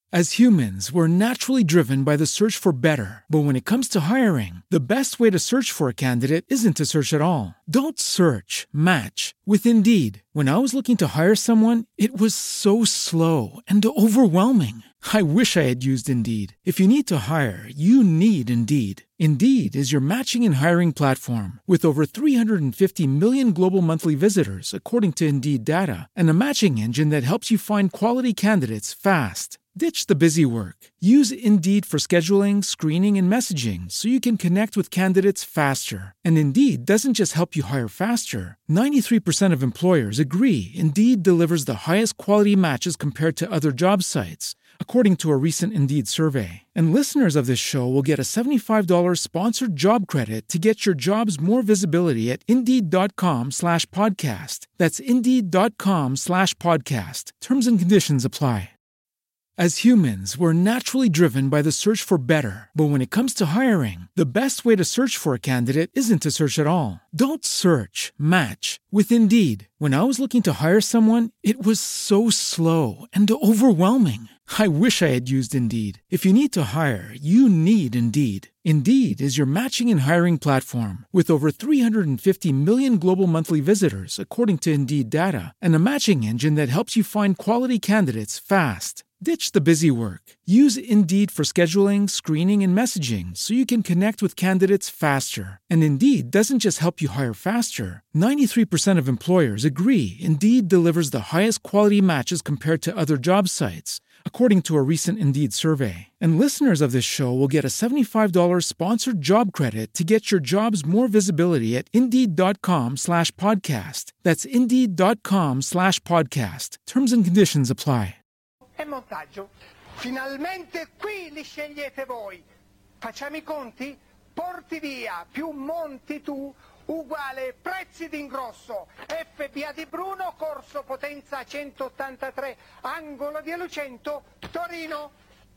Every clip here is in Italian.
As humans, we're naturally driven by the search for better. But when it comes to hiring, the best way to search for a candidate isn't to search at all. Don't search, match with Indeed. When I was looking to hire someone, it was so slow and overwhelming. I wish I had used Indeed. If you need to hire, you need Indeed. Indeed is your matching and hiring platform with over 350 million global monthly visitors, according to Indeed data, and a matching engine that helps you find quality candidates fast. Ditch the busy work. Use Indeed for scheduling, screening, and messaging so you can connect with candidates faster. And Indeed doesn't just help you hire faster. 93% of employers agree Indeed delivers the highest quality matches compared to other job sites, according to a recent Indeed survey. And listeners of this show will get a $75 sponsored job credit to get your jobs more visibility at Indeed.com/podcast. That's Indeed.com/podcast. Terms and conditions apply. As humans, we're naturally driven by the search for better. But when it comes to hiring, the best way to search for a candidate isn't to search at all. Don't search, match with Indeed. When I was looking to hire someone, it was so slow and overwhelming. I wish I had used Indeed. If you need to hire, you need Indeed. Indeed is your matching and hiring platform with over 350 million global monthly visitors, according to Indeed data, and a matching engine that helps you find quality candidates fast. Ditch the busy work. Use Indeed for scheduling, screening, and messaging so you can connect with candidates faster. And Indeed doesn't just help you hire faster. 93% of employers agree Indeed delivers the highest quality matches compared to other job sites, according to a recent Indeed survey. And listeners of this show will get a $75 sponsored job credit to get your jobs more visibility at Indeed.com/podcast. That's Indeed.com/podcast. Terms and conditions apply. E montaggio. Finalmente qui li scegliete voi. Facciamo i conti? Porti via più monti tu uguale prezzi d'ingrosso. FBA di Bruno, corso potenza 183, angolo di Lucento, Torino.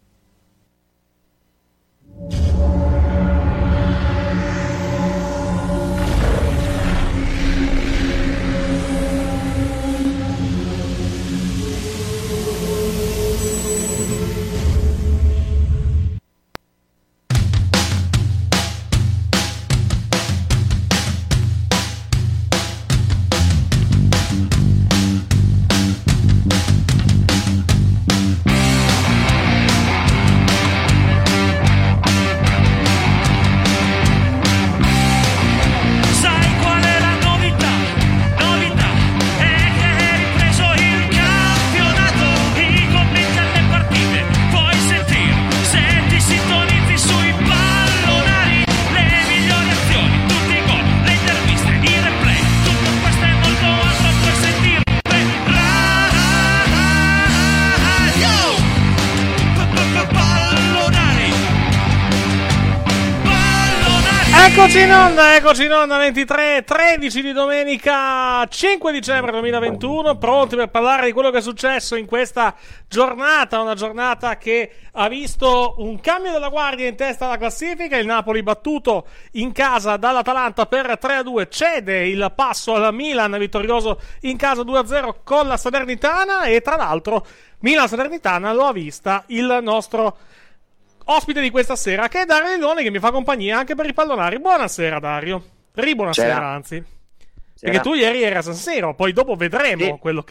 Eccoci in onda 23:13 di domenica 5 dicembre 2021, pronti per parlare di quello che è successo in questa giornata, una giornata che ha visto un cambio della guardia in testa alla classifica. Il Napoli, battuto in casa dall'Atalanta per 3-2, cede il passo al Milan, vittorioso in casa 2-0 con la Salernitana, e tra l'altro Milan-Salernitana lo ha vista il nostro ospite di questa sera, che è Dario Lillone, che mi fa compagnia anche per i pallonari. Buonasera Dario, buonasera anzi. Perché tu ieri eri a San Siro, poi dopo vedremo quello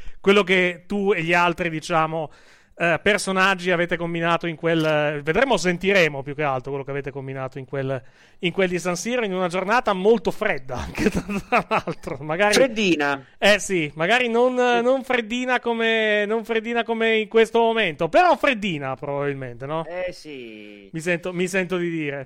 che tu e gli altri, diciamo, personaggi avete combinato in quel... Vedremo, sentiremo più che altro quello che avete combinato in quel di San Siro, in una giornata molto fredda, anche tra l'altro. Magari... Freddina. Sì, magari non freddina come in questo momento, però freddina probabilmente, no? Sì. Mi sento di dire.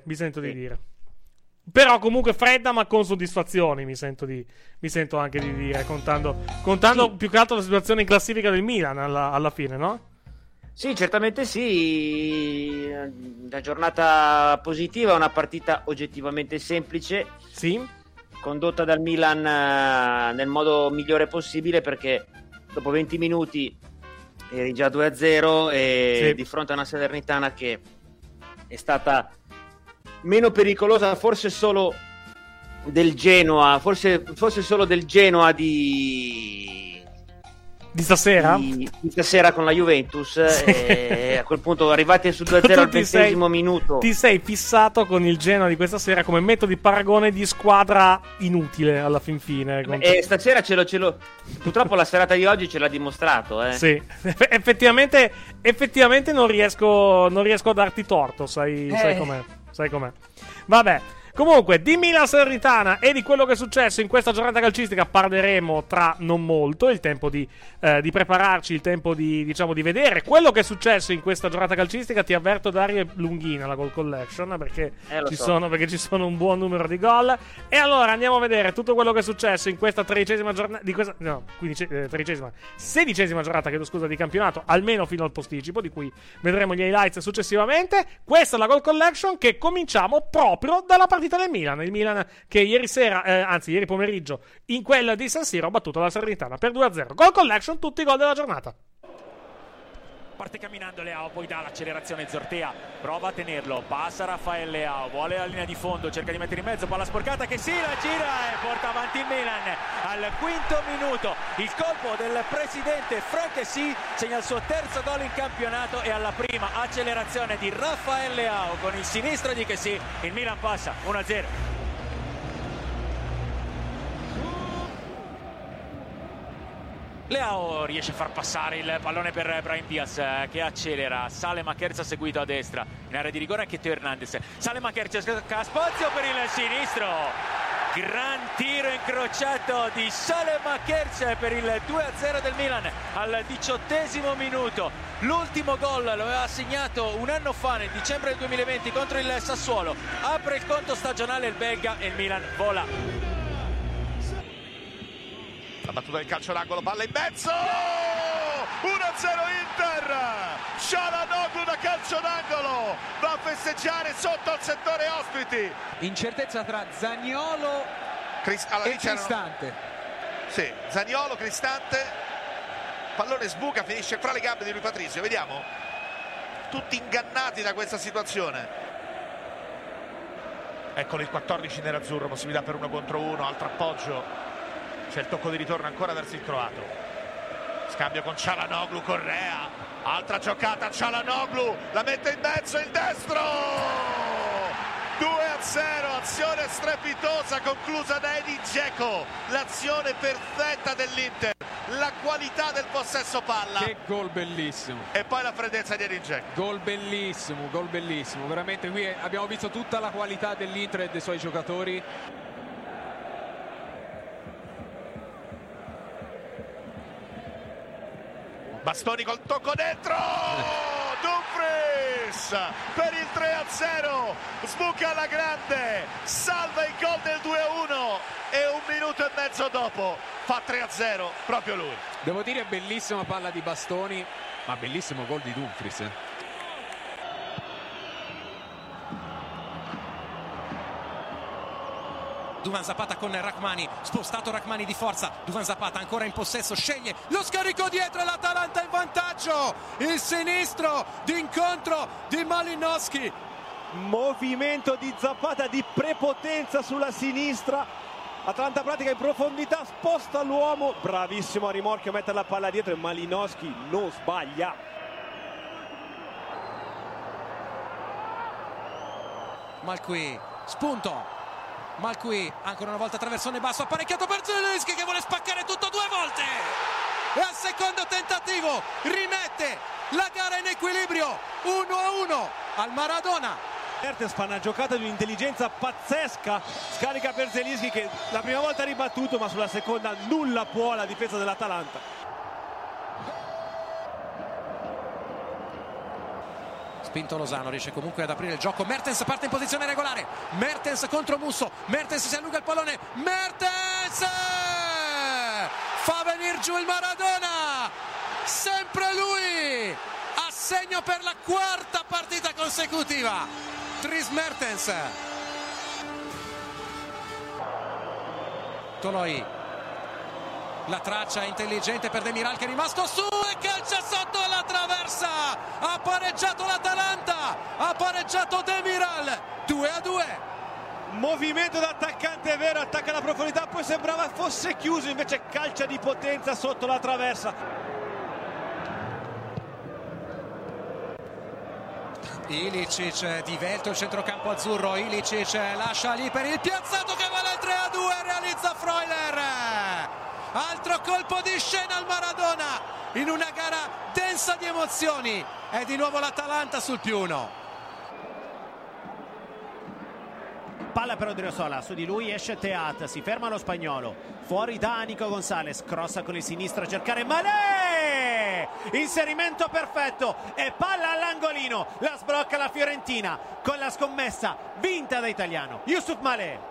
Però comunque fredda, ma con soddisfazione, mi sento anche di dire, contando più che altro la situazione in classifica del Milan alla fine, no? Sì, certamente sì. Una giornata positiva, una partita oggettivamente semplice. Sì. Condotta dal Milan nel modo migliore possibile, perché dopo 20 minuti eri già 2-0 e di fronte a una Salernitana che è stata meno pericolosa, forse solo del Genoa, forse solo del Genoa di Di stasera? Di stasera con la Juventus, e a quel punto arrivati sul 2-0 al 20° minuto. Ti sei fissato con il Genoa di questa sera come metodo di paragone di squadra inutile alla fin fine. E stasera ce l'ho. Purtroppo la serata di oggi ce l'ha dimostrato. Sì, effettivamente non riesco a darti torto, sai com'è. Vabbè. Comunque, di Milan Salernitana e di quello che è successo in questa giornata calcistica parleremo tra non molto. Il tempo di prepararci, il tempo di vedere quello che è successo in questa giornata calcistica. Ti avverto, Dario, è lunghina la Goal Collection perché ci sono un buon numero di gol. E allora andiamo a vedere tutto quello che è successo in questa 16ª giornata, di campionato, almeno fino al posticipo, di cui vedremo gli highlights successivamente. Questa è la Goal Collection che cominciamo proprio dalla partita del Milan. Il Milan che ieri pomeriggio in quella di San Siro ha battuto la Salernitana per 2-0. Goal Collection, tutti i gol della giornata. Parte camminando Leao, poi dà l'accelerazione Zortea, prova a tenerlo, passa Rafael Leao, vuole la linea di fondo, cerca di mettere in mezzo, palla sporcata che la gira e porta avanti il Milan al 5° minuto. Il colpo del presidente Franck Kessie segna il suo 3° gol in campionato e alla prima accelerazione di Rafael Leao con il sinistro di Kessie il Milan passa 1-0. Leao riesce a far passare il pallone per Brahim Diaz che accelera, sale Macherza seguito a destra, in area di rigore anche Teo Hernandez, sale Macherza, spazio per il sinistro, gran tiro incrociato di Sale Macherza per il 2-0 del Milan al 18° minuto. L'ultimo gol lo aveva segnato un anno fa nel dicembre del 2020 contro il Sassuolo, apre il conto stagionale il belga e il Milan vola. La battuta del calcio d'angolo, palla in mezzo, 1-0 Inter, Çalhanoğlu da calcio d'angolo, va a festeggiare sotto al settore ospiti. Incertezza tra Zaniolo e Cristante. Sì, Zaniolo, Cristante, pallone sbuca, finisce fra le gambe di Rui Patricio, vediamo, tutti ingannati da questa situazione. Eccolo il 14 nerazzurro, possibilità per 1 contro 1, altro appoggio. C'è il tocco di ritorno ancora verso il croato. Scambio con Çalhanoğlu, Correa. Altra giocata, Çalhanoğlu. La mette in mezzo, il destro! 2-0, azione strepitosa conclusa da Edin Dzeko. L'azione perfetta dell'Inter. La qualità del possesso palla. Che gol bellissimo. E poi la freddezza di Edin Dzeko. Gol bellissimo. Veramente qui abbiamo visto tutta la qualità dell'Inter e dei suoi giocatori. Bastoni col tocco dentro, Dumfries per il 3-0, sbuca alla grande, salva il gol del 2-1 e 1 minuto e mezzo dopo fa 3-0 proprio lui. Devo dire bellissima palla di Bastoni, ma bellissimo gol di Dumfries. Duvan Zapata con Rachmani, spostato Rachmani di forza, Duvan Zapata ancora in possesso, sceglie lo scarico dietro e l'Atalanta in vantaggio, il sinistro d'incontro di Malinowski, movimento di Zapata di prepotenza sulla sinistra, Atalanta pratica in profondità, sposta l'uomo, bravissimo a rimorchio a mettere la palla dietro e Malinowski non sbaglia. Malqui, spunto, Malqui ancora una volta traversone basso, apparecchiato per Zielinski che vuole spaccare tutto 2 volte e al secondo tentativo rimette la gara in equilibrio, 1-1 al Maradona. Mertens fa una giocata di un'intelligenza pazzesca, scarica per Zielinski che la prima volta ha ribattuto ma sulla seconda nulla può la difesa dell'Atalanta. Spinto Lozano riesce comunque ad aprire il gioco, Mertens parte in posizione regolare, Mertens contro Musso, Mertens si allunga il pallone, Mertens fa venire giù il Maradona, sempre lui, assegno per la 4ª partita consecutiva, Dries Mertens. Toloi, la traccia intelligente per Demiral che è rimasto su e calcia sotto la traversa, ha pareggiato l'Atalanta, ha pareggiato Demiral, 2-2. Movimento d'attaccante vero, attacca la profondità, poi sembrava fosse chiuso, invece calcia di potenza sotto la traversa. Ilicic divelto il centrocampo azzurro, Ilicic lascia lì per il piazzato che vale il 3-2, realizza Freuler. Altro colpo di scena al Maradona in una gara densa di emozioni. È di nuovo l'Atalanta sul +1. Palla per Odriozola, su di lui esce Teat, si ferma lo spagnolo, fuori da Nico Gonzalez, crossa con il sinistro a cercare Malé, inserimento perfetto e palla all'angolino, la sbrocca la Fiorentina con la scommessa vinta da italiano Youssouf Malé.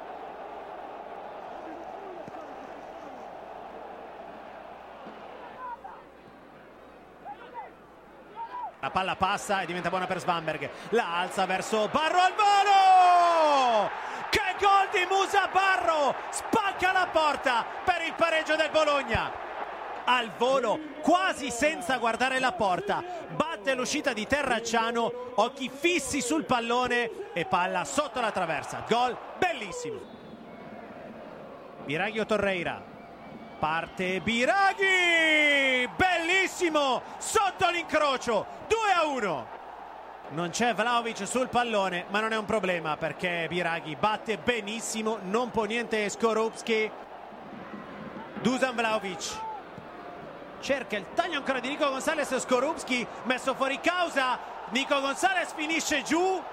La palla passa e diventa buona per Svanberg, la alza verso Barro al volo! Che gol di Musa Barro! Spacca la porta per il pareggio del Bologna. Al volo, quasi senza guardare la porta, batte l'uscita di Terracciano, occhi fissi sul pallone e palla sotto la traversa. Gol bellissimo. Biraghi o Torreira. Parte Biraghi, bellissimo, sotto l'incrocio, 2-1. Non c'è Vlahovic sul pallone, ma non è un problema perché Biraghi batte benissimo, non può niente Skorupski. Dusan Vlahovic cerca il taglio ancora di Nico Gonzalez, Skorupski messo fuori causa, Nico Gonzalez finisce giù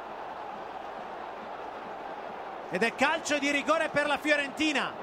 ed è calcio di rigore per la Fiorentina.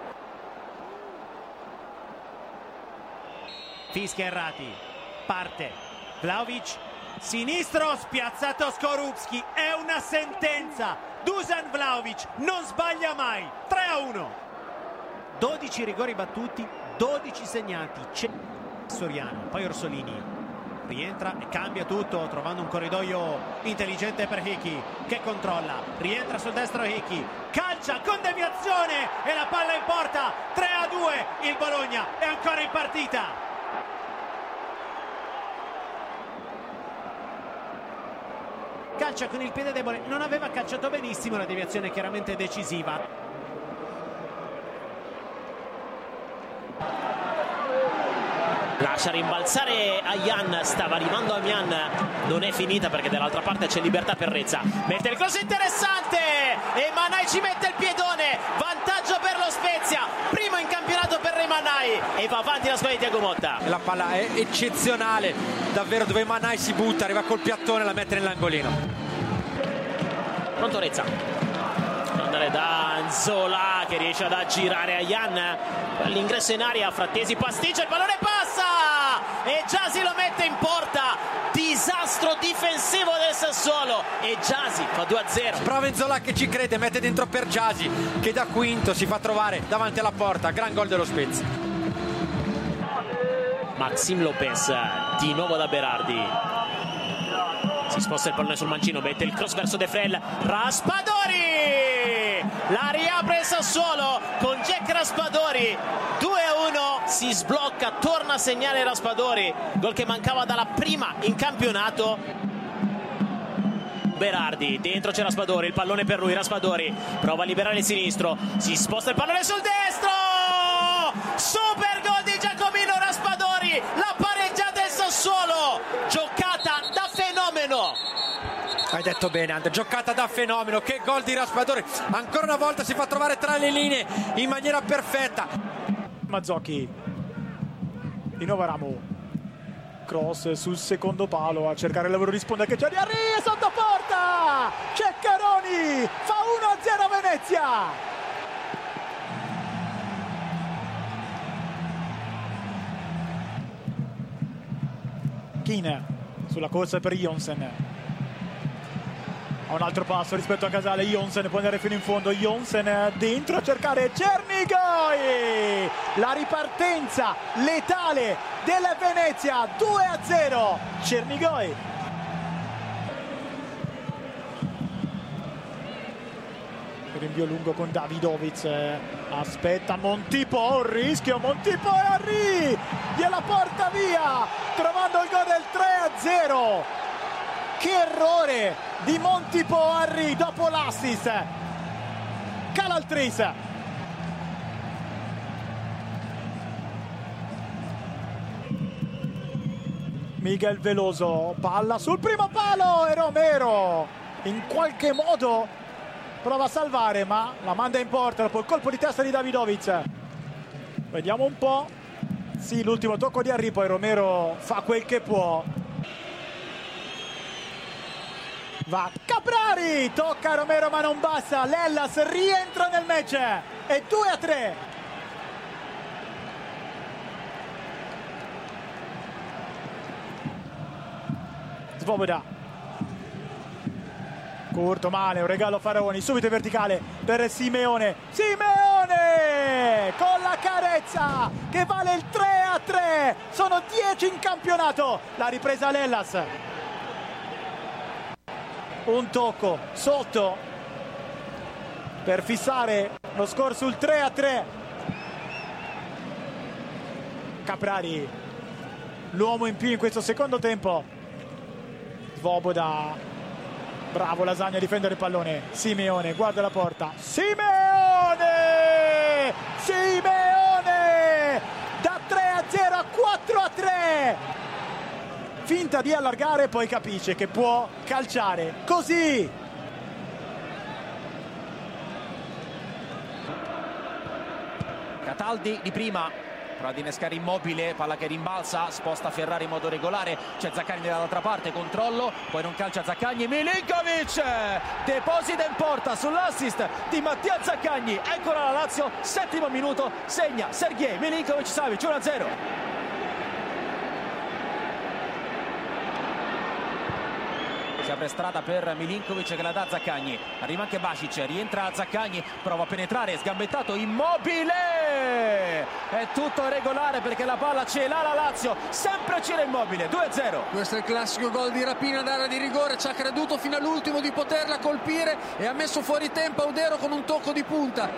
Fischia errati, parte Vlahovic, sinistro, spiazzato Skorupski, è una sentenza. Dusan Vlahovic non sbaglia mai. 3-1. 12 rigori battuti, 12 segnati. Soriano, poi Orsolini rientra e cambia tutto trovando un corridoio intelligente per Hickey che controlla, rientra sul destro Hickey, calcia con deviazione e la palla in porta. 3-2, il Bologna è ancora in partita. Calcia con il piede debole, non aveva calciato benissimo, la deviazione chiaramente decisiva. Lascia rimbalzare Ayan, stava arrivando Amian, non è finita perché dall'altra parte c'è libertà per Rezza. Mette il cross interessante e Manai ci mette il piedone, vantaggio per lo Spezia, primo in campionato per Manai e va avanti la squadra di Thiago Motta. La palla è eccezionale, davvero, dove Manai si butta, arriva col piattone e la mette nell'angolino. Pronto Rezza, andare da Nzola che riesce ad aggirare Ayan, l'ingresso in aria, Frattesi pasticcia, il pallone passa e Gyasi lo mette in porta. Disastro difensivo del Sassuolo e Gyasi fa 2-0. Prova Nzola che ci crede, mette dentro per Gyasi che da quinto si fa trovare davanti alla porta. Gran gol dello Spezia. Maxim Lopez di nuovo da Berardi, si sposta il pallone sul mancino, mette il cross verso De Frel, Raspadori la riapre il Sassuolo con Jack Raspadori. 2-1, si sblocca, torna a segnare Raspadori, gol che mancava dalla prima in campionato. Berardi, dentro c'è Raspadori, il pallone per lui, Raspadori prova a liberare il sinistro, si sposta il pallone sul destro, super gol di Giacomino Raspadori, la pareggiata del Sassuolo, giocata da fenomeno. Hai detto bene Andre, giocata da fenomeno, che gol di Raspadori, ancora una volta si fa trovare tra le linee in maniera perfetta. Mazzocchi di nuovo Ramo, cross sul secondo palo a cercare il lavoro di sponda che c'è di Arri, sotto porta Ceccaroni, fa 1-0 Venezia. Keane sulla corsa per Jonsen, ha un altro passo rispetto a Casale, Jonsen può andare fino in fondo, Jonsen dentro a cercare Cernigoj, la ripartenza letale della Venezia, 2-0 Cernigoj. Rinvio lungo con Davidovic, aspetta Montipo, un rischio, Montipo e Arri gliela porta via trovando il gol del 3-0. Che errore di Montipo Arri dopo l'assist. Calaltris. Miguel Veloso, palla sul primo palo e Romero in qualche modo prova a salvare, ma la manda in porta dopo il colpo di testa di Davidovic. Vediamo un po'. Sì, l'ultimo tocco di Henry, poi Romero fa quel che può. Va Caprari, tocca Romero ma non basta. L'Hellas rientra nel match e 2-3. Svoboda, corto male, un regalo Faraoni, subito in verticale per Simeone. Simeone con la carezza che vale il 3-3. Sono 10 in campionato. La ripresa l'Hellas. Un tocco sotto per fissare lo score sul 3-3. Caprari, l'uomo in più in questo secondo tempo. Svoboda, bravo Lasagna a difendere il pallone. Simeone guarda la porta. Simeone da 3-0 a 4-3. Finta di allargare, poi capisce che può calciare così. Cataldi di prima, prova ad innescare Immobile, palla che rimbalza, sposta Ferrari in modo regolare, c'è Zaccagni dall'altra parte, controllo, poi non calcia Zaccagni, Milinkovic deposita in porta sull'assist di Mattia Zaccagni. Eccola la Lazio, 7° minuto, segna Sergej Milinkovic-Savic, 1-0. Si apre strada per Milinkovic che la dà a Zaccagni, arriva anche Basic, rientra Zaccagni, prova a penetrare, sgambettato Immobile, è tutto regolare perché la palla ce l'ha la Lazio, sempre Ciro Immobile, 2-0. Questo è il classico gol di rapina d'area di rigore, ci ha creduto fino all'ultimo di poterla colpire e ha messo fuori tempo Audero con un tocco di punta.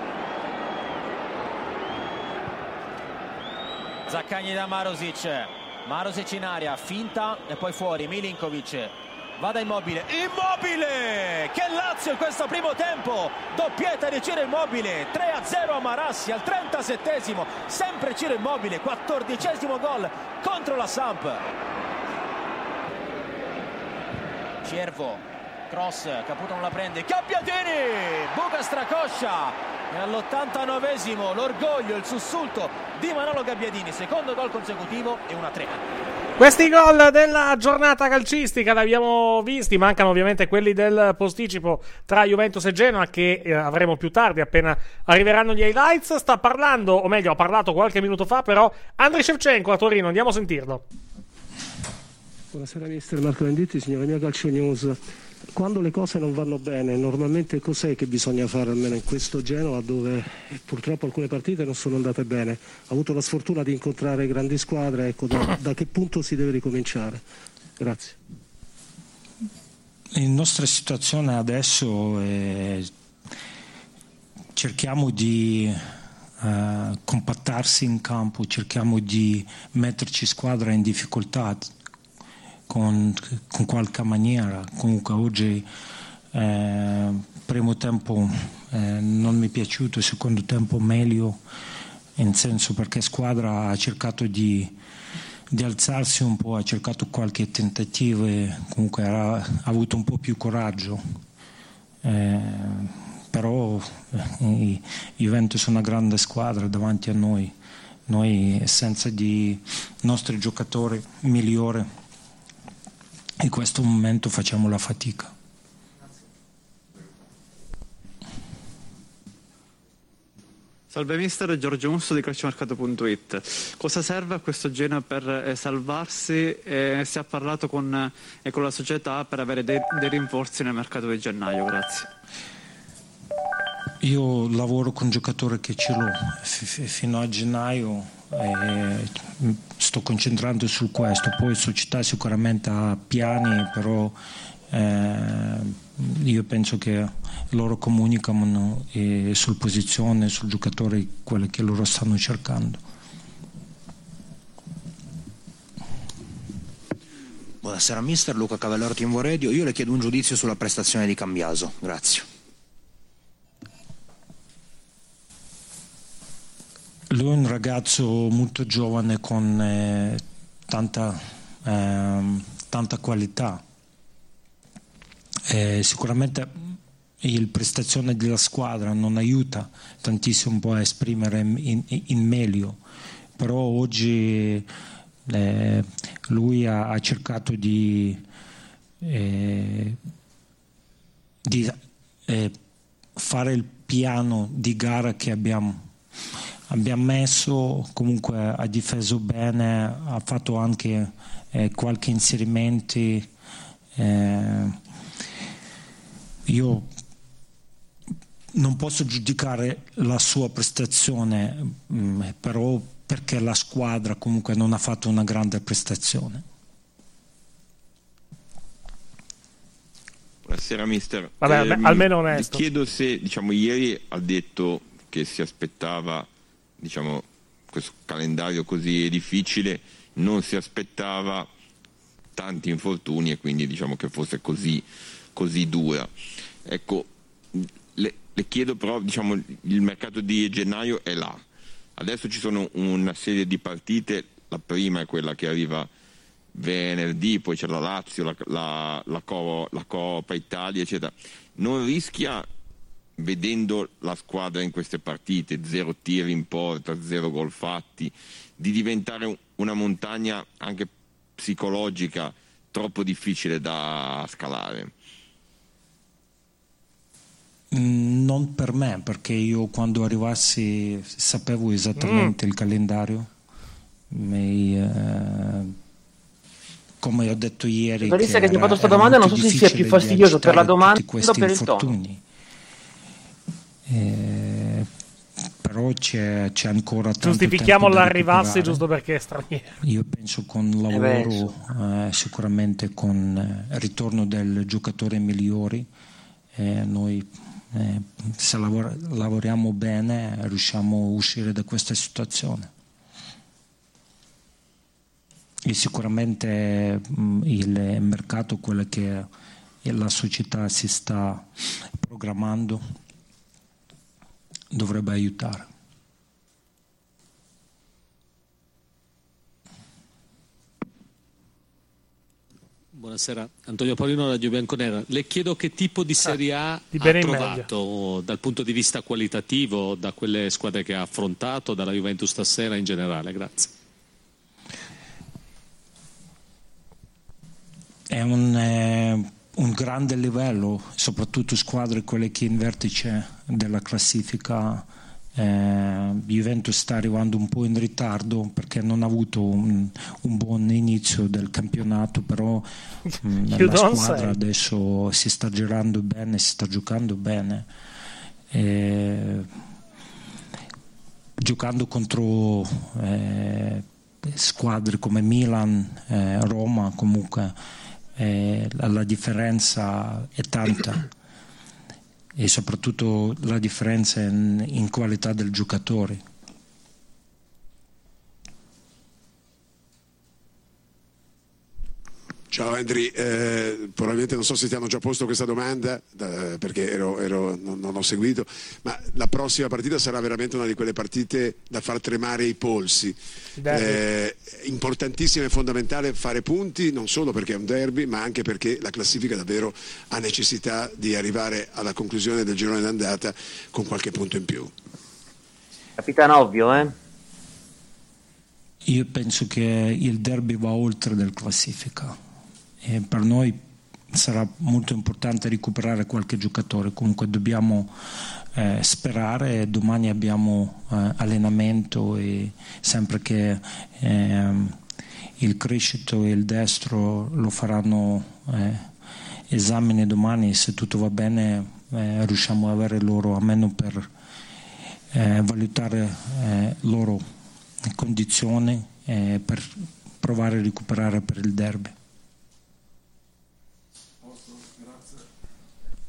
Zaccagni da Marusic in aria, finta e poi fuori, Milinkovic va da Immobile, che Lazio in questo primo tempo, doppietta di Ciro Immobile, 3-0 a Marassi al 37esimo, sempre Ciro Immobile, 14esimo gol contro la Samp. Ciervo, cross, Caputo non la prende, Gabbiadini, buca Stracoscia e all'89esimo l'orgoglio, il sussulto di Manolo Gabbiadini, secondo gol consecutivo e 1-3. Questi gol della giornata calcistica li abbiamo visti, mancano ovviamente quelli del posticipo tra Juventus e Genoa che avremo più tardi appena arriveranno gli highlights. Sta parlando, o meglio ha parlato qualche minuto fa però, Andriy Shevchenko a Torino, andiamo a sentirlo. Buonasera mister Marco Venditti, signora mia Calcio News. Quando le cose non vanno bene, normalmente cos'è che bisogna fare, almeno in questo Genoa dove purtroppo alcune partite non sono andate bene? Ha avuto la sfortuna di incontrare grandi squadre, ecco, da che punto si deve ricominciare? Grazie. In nostra situazione adesso cerchiamo di compattarsi in campo, cerchiamo di metterci squadra in difficoltà con qualche maniera. Comunque oggi primo tempo non mi è piaciuto, secondo tempo meglio, in senso perché squadra ha cercato di alzarsi un po', ha cercato qualche tentativo e comunque ha avuto un po' più coraggio, però Juventus è una grande squadra davanti a noi senza di nostri giocatori migliori in questo momento facciamo la fatica. Salve mister, Giorgio Musso di calciomercato.it. Cosa serve a questo Genoa per salvarsi? Si è parlato con la società per avere dei rinforzi nel mercato di gennaio, grazie. Io lavoro con giocatori che ce l'ho fino a gennaio. Sto concentrando su questo, poi la società sicuramente ha piani, però io penso che loro comunicano sul posizione, sul giocatore, quelli che loro stanno cercando. Buonasera mister, Luca Cavallaro, Team Radio. Io le chiedo un giudizio sulla prestazione di Cambiaso, grazie. Lui è un ragazzo molto giovane con tanta tanta qualità. Sicuramente la prestazione della squadra non aiuta tantissimo un po' a esprimere in meglio, però oggi lui ha cercato di fare il piano di gara che abbiamo messo. Comunque ha difeso bene, ha fatto anche qualche inserimenti. Io non posso giudicare la sua prestazione, però perché la squadra comunque non ha fatto una grande prestazione. Buonasera mister. Vabbè, almeno onesto. Mi chiedo se, ieri ha detto che si aspettava, questo calendario così difficile, non si aspettava tanti infortuni e quindi che fosse così dura. Ecco, le chiedo però, il mercato di gennaio è là. Adesso ci sono una serie di partite, la prima è quella che arriva venerdì, poi c'è la Lazio, la Coppa Italia, eccetera. Non rischia, vedendo la squadra in queste partite, 0 tiri in porta, 0 gol fatti, di diventare una montagna anche psicologica troppo difficile da scalare? Non per me, perché io quando arrivassi sapevo esattamente il calendario. Come ho detto ieri, che ti ha fatto questa domanda, non so se sia più fastidioso per la domanda o per il tono. Però c'è ancora tanto giustifichiamo tempo l'arrivarsi giusto perché è straniero. Io penso con lavoro, sicuramente con il ritorno del giocatore migliori, noi se lavoriamo bene riusciamo a uscire da questa situazione. E sicuramente il mercato, quello che la società si sta programmando, dovrebbe aiutare. Buonasera, Antonio Paolino, Radio Bianconera. Le chiedo che tipo di Serie A ha trovato dal punto di vista qualitativo da quelle squadre che ha affrontato, dalla Juventus stasera in generale. Grazie. È un grande livello, soprattutto squadre quelle che in vertice della classifica. Juventus sta arrivando un po' in ritardo perché non ha avuto un buon inizio del campionato, però la squadra adesso si sta girando bene, si sta giocando bene, giocando contro squadre come Milan, Roma, comunque la differenza è tanta. E soprattutto la differenza in qualità del giocatore. Ciao Andri, probabilmente non so se ti hanno già posto questa domanda perché non ho seguito, ma la prossima partita sarà veramente una di quelle partite da far tremare i polsi. Importantissimo e fondamentale fare punti, non solo perché è un derby, ma anche perché la classifica davvero ha necessità di arrivare alla conclusione del girone d'andata con qualche punto in più. Capitano, ovvio, Io penso che il derby va oltre del classifica. E per noi sarà molto importante recuperare qualche giocatore, comunque dobbiamo sperare. Domani abbiamo allenamento e sempre che il Crescito e il Destro lo faranno esami domani, se tutto va bene riusciamo ad avere loro, almeno per valutare loro condizioni per provare a recuperare per il derby.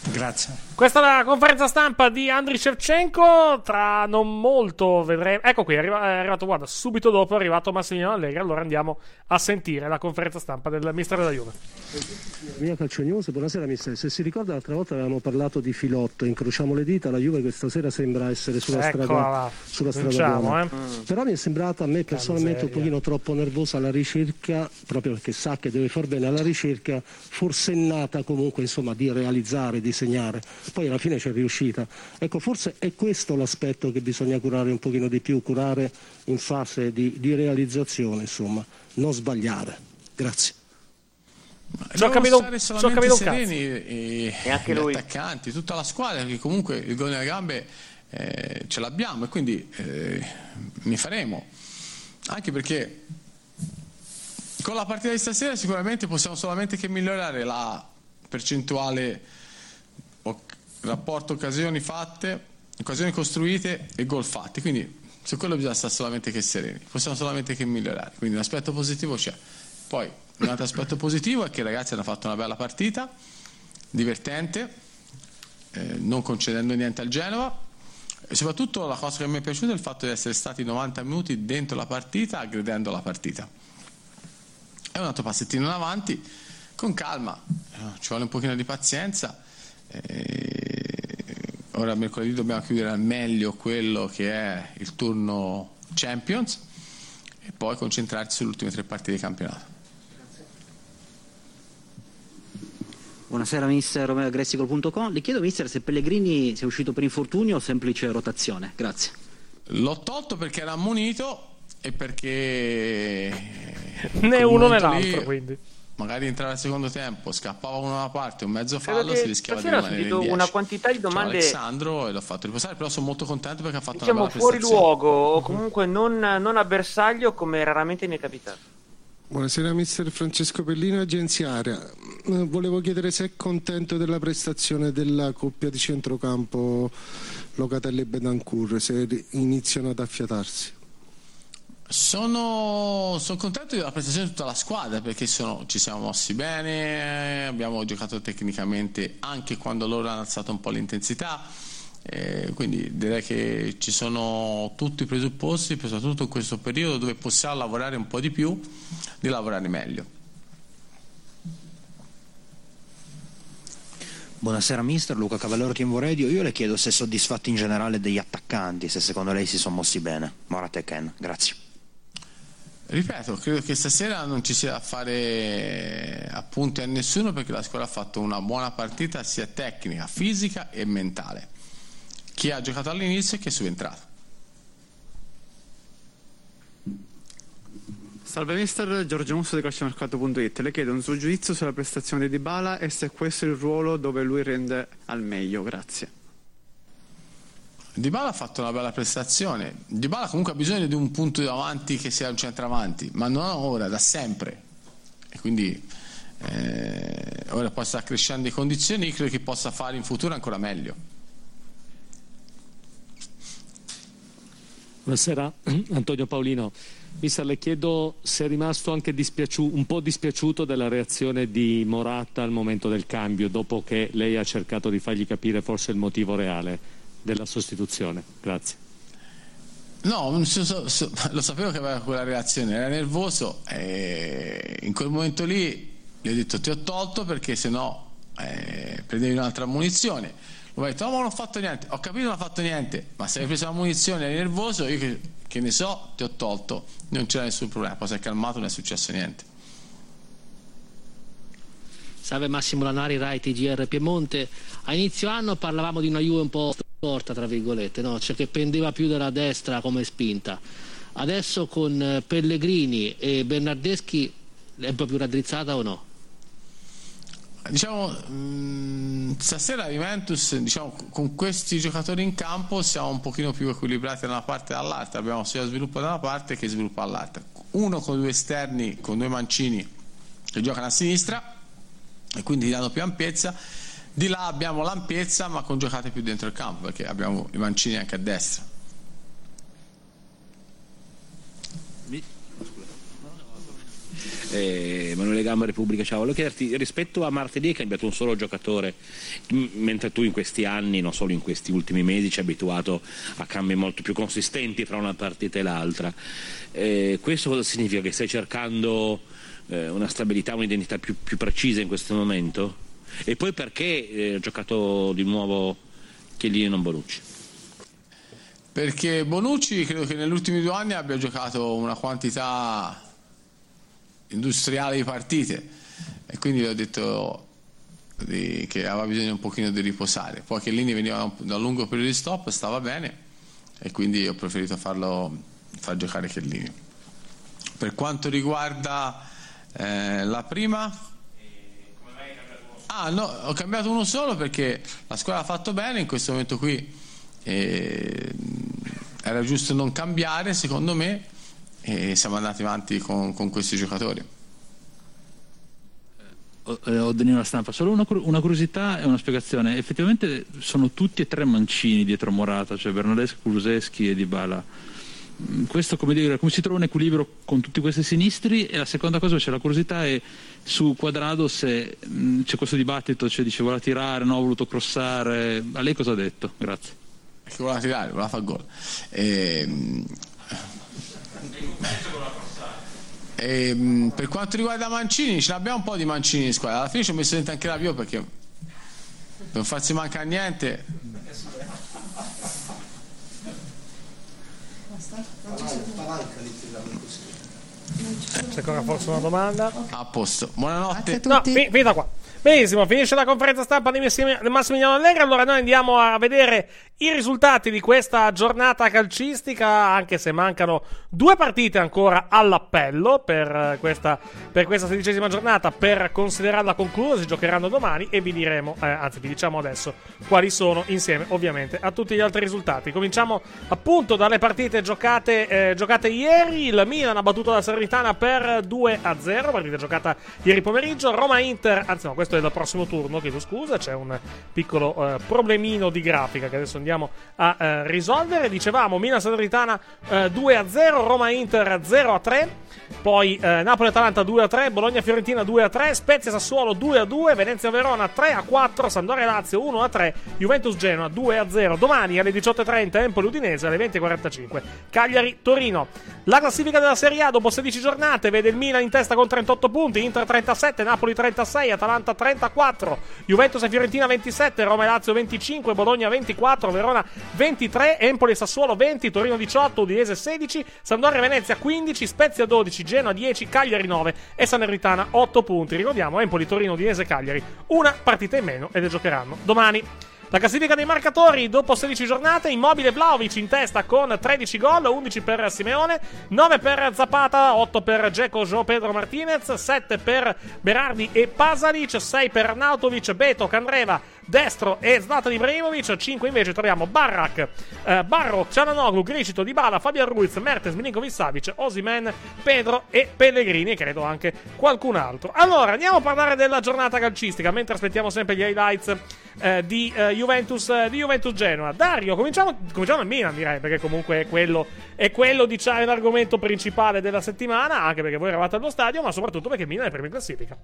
Grazie. Questa è la conferenza stampa di Andriy Shevchenko. Tra non molto vedremo. Ecco qui, è arrivato, guarda, subito dopo è arrivato Massimiliano Allegri. Allora andiamo a sentire la conferenza stampa del mister della Juve. Mia Calcio News, buonasera mister. Se si ricorda l'altra volta avevamo parlato di Filotto, incrociamo le dita, la Juve questa sera sembra essere sulla strada buona. Però mi è sembrata a me personalmente un pochino troppo nervosa alla ricerca, proprio perché sa che deve far bene alla ricerca, forsennata comunque insomma di realizzare, di segnare. Poi alla fine c'è riuscita. Ecco, forse è questo l'aspetto che bisogna curare un pochino di più, curare in fase di realizzazione, insomma, non sbagliare. Grazie. Ci ho capito un sereni e anche gli lui, attaccanti, tutta la squadra, che comunque il gol nelle gambe ce l'abbiamo e quindi ne faremo, anche perché con la partita di stasera sicuramente possiamo solamente che migliorare la percentuale rapporto occasioni fatte, occasioni costruite e gol fatti, quindi su quello bisogna stare solamente che sereni, possiamo solamente che migliorare, quindi un aspetto positivo c'è. Poi un altro aspetto positivo è che i ragazzi hanno fatto una bella partita, divertente, non concedendo niente al Genova, e soprattutto la cosa che mi è piaciuta è il fatto di essere stati 90 minuti dentro la partita, aggredendo la partita. È un altro passettino in avanti, con calma, ci vuole un pochino di pazienza. Ora mercoledì dobbiamo chiudere al meglio quello che è il turno Champions e poi concentrarci sulle ultime 3 partite di campionato. Buonasera mister, Romeo Gressicol.com. Le chiedo mister se Pellegrini sia uscito per infortunio o semplice rotazione. Grazie. L'ho tolto perché era ammonito e perché né uno né l'altro, quindi magari entrava al secondo tempo, scappava uno da una parte, un mezzo fallo, si rischiava di rimanere in 10. Una quantità di domande Alessandro e l'ho fatto riposare, però sono molto contento perché ha fatto diciamo una bella fuori prestazione. luogo o comunque non a bersaglio, come raramente mi è capitato. Buonasera mister Francesco Pellino, Agenzia Area. Volevo chiedere se è contento della prestazione della coppia di centrocampo Locatelli e Betancourt, se iniziano ad affiatarsi. Sono contento della prestazione di tutta la squadra perché ci siamo mossi bene, abbiamo giocato tecnicamente anche quando loro hanno alzato un po' l'intensità, quindi direi che ci sono tutti i presupposti, soprattutto in questo periodo dove possiamo lavorare un po' di più, di lavorare meglio. Buonasera mister, Luca Cavallero Team Radio. Io le chiedo se è soddisfatto in generale degli attaccanti, se secondo lei si sono mossi bene. Morata e Ken, grazie. Ripeto, credo che stasera non ci sia da fare appunti a nessuno perché la squadra ha fatto una buona partita sia tecnica, fisica e mentale. Chi ha giocato all'inizio e chi è subentrato. Salve mister, Giorgio Musso di calciomercato.it. Le chiedo un suo giudizio sulla prestazione di Dybala e se questo è il ruolo dove lui rende al meglio. Grazie. Dybala ha fatto una bella prestazione. Dybala comunque ha bisogno di un punto davanti che sia un centravanti, ma non ora, da sempre. E quindi ora poi sta crescendo le condizioni, credo che possa fare in futuro ancora meglio. Buonasera, Antonio Paolino. Mister, le chiedo se è rimasto anche un po' dispiaciuto della reazione di Morata al momento del cambio, dopo che lei ha cercato di fargli capire forse il motivo reale della sostituzione. Grazie. No, lo sapevo che aveva quella reazione, era nervoso e in quel momento lì gli ho detto ti ho tolto perché sennò prendevi un'altra munizione. Ho detto no, ma non ho fatto niente, ho capito, non ho fatto niente, ma se hai preso la munizione eri nervoso, io che ne so, ti ho tolto, non c'era nessun problema, poi si è calmato, non è successo niente. Salve Massimo Lanari, Rai TGR Piemonte. A inizio anno parlavamo di una Juve un po' storta, tra virgolette, no? Cioè che pendeva più dalla destra come spinta. Adesso con Pellegrini e Bernardeschi è un po' più raddrizzata o no? Diciamo stasera Juventus, diciamo, con questi giocatori in campo siamo un pochino più equilibrati da una parte e dall'altra, abbiamo sia sviluppo da una parte che sviluppo dall'altra, uno con due esterni, con due mancini che giocano a sinistra e quindi danno più ampiezza, di là abbiamo l'ampiezza ma con giocate più dentro il campo perché abbiamo i mancini anche a destra. Emanuele Gamba, Repubblica. Ciao, volevo chiederti, rispetto a martedì hai cambiato un solo giocatore, mentre tu in questi anni, non solo in questi ultimi mesi, ci hai abituato a cambi molto più consistenti fra una partita e l'altra. Questo cosa significa? Che stai cercando una stabilità, un'identità più precisa in questo momento? E poi perché ha giocato di nuovo Chiellini e non Bonucci? Perché Bonucci credo che negli ultimi 2 anni abbia giocato una quantità industriale di partite e quindi gli ho detto che aveva bisogno un pochino di riposare. Poi Chiellini veniva da un lungo periodo di stop, stava bene e quindi ho preferito far giocare Chiellini. Per quanto riguarda la prima, no, ho cambiato uno solo perché la squadra ha fatto bene in questo momento qui. Era giusto non cambiare, secondo me, e siamo andati avanti con questi giocatori. Ho Danilo La Stampa, solo una curiosità e una spiegazione. Effettivamente sono tutti e 3 mancini dietro Morata, cioè Bernardeschi, Kulusevski e Dybala. Questo come si trova un equilibrio con tutti questi sinistri? E la seconda cosa, c'è la curiosità è su Quadrado, se c'è questo dibattito, cioè dice voleva tirare, no, ha voluto crossare, a lei cosa ha detto? Grazie. Che voleva tirare, voleva fare gol. Per quanto riguarda Mancini, ce l'abbiamo un po' di Mancini in squadra. Alla fine ci ho messo dentro anche Rabiot perché per non farsi mancare niente. C'è ancora forse una domanda? A posto, buonanotte. No, finita qua. Benissimo, finisce la conferenza stampa di Massimiliano Allegri. Allora noi andiamo a vedere i risultati di questa giornata calcistica, anche se mancano 2 partite ancora all'appello per questa 16ª giornata, per considerarla conclusa. Si giocheranno domani e vi diremo, anzi vi diciamo adesso quali sono, insieme ovviamente a tutti gli altri risultati. Cominciamo appunto dalle partite giocate ieri. Il Milan ha battuto la Salernitana per 2-0, partita giocata ieri pomeriggio. Roma-Inter, anzi no, questo è del prossimo turno, chiedo scusa, c'è un piccolo problemino di grafica che adesso andiamo a risolvere. Dicevamo Milan-Salernitana 2-0, Roma-Inter 0-3, poi Napoli-Atalanta 2-3, Bologna-Fiorentina 2-3, Spezia-Sassuolo 2-2, Venezia-Verona 3-4, Sampdoria-Lazio 1-3, Juventus-Genoa 2-0. Domani alle 18:30 Empoli-Udinese, alle 20:45 Cagliari-Torino. La classifica della Serie A dopo 16 giornate vede il Milan in testa con 38 punti, Inter 37, Napoli 36, Atalanta 34, Juventus e Fiorentina 27, Roma e Lazio 25, Bologna 24, Verona 23, Empoli e Sassuolo 20, Torino 18, Udinese 16, Sampdoria e Venezia 15, Spezia 12, Genoa 10, Cagliari 9 e Salernitana 8 punti. Ricordiamo, Empoli, Torino, Udinese e Cagliari una partita in meno e le giocheranno domani. La classifica dei marcatori dopo 16 giornate: Immobile, Vlahovic in testa con 13 gol, 11 per Simeone, 9 per Zapata, 8 per Dzeko, João Pedro Martinez, 7 per Berardi e Pasalic, 6 per Arnautovic, Beto, Candreva, Destro e Zlatan Ibrahimovic. 5 invece troviamo Barak, Barro, Cialanoglu, Gricito, Dybala, Fabian Ruiz, Mertens, Milinkovic-Savic, Osimhen, Pedro e Pellegrini, e credo anche qualcun altro. Allora andiamo a parlare della giornata calcistica mentre aspettiamo sempre gli highlights di Juventus Genoa. Dario, cominciamo al Milan, direi, perché comunque è quello diciamo l'argomento principale della settimana, anche perché voi eravate allo stadio, ma soprattutto perché Milan è primo in classifica.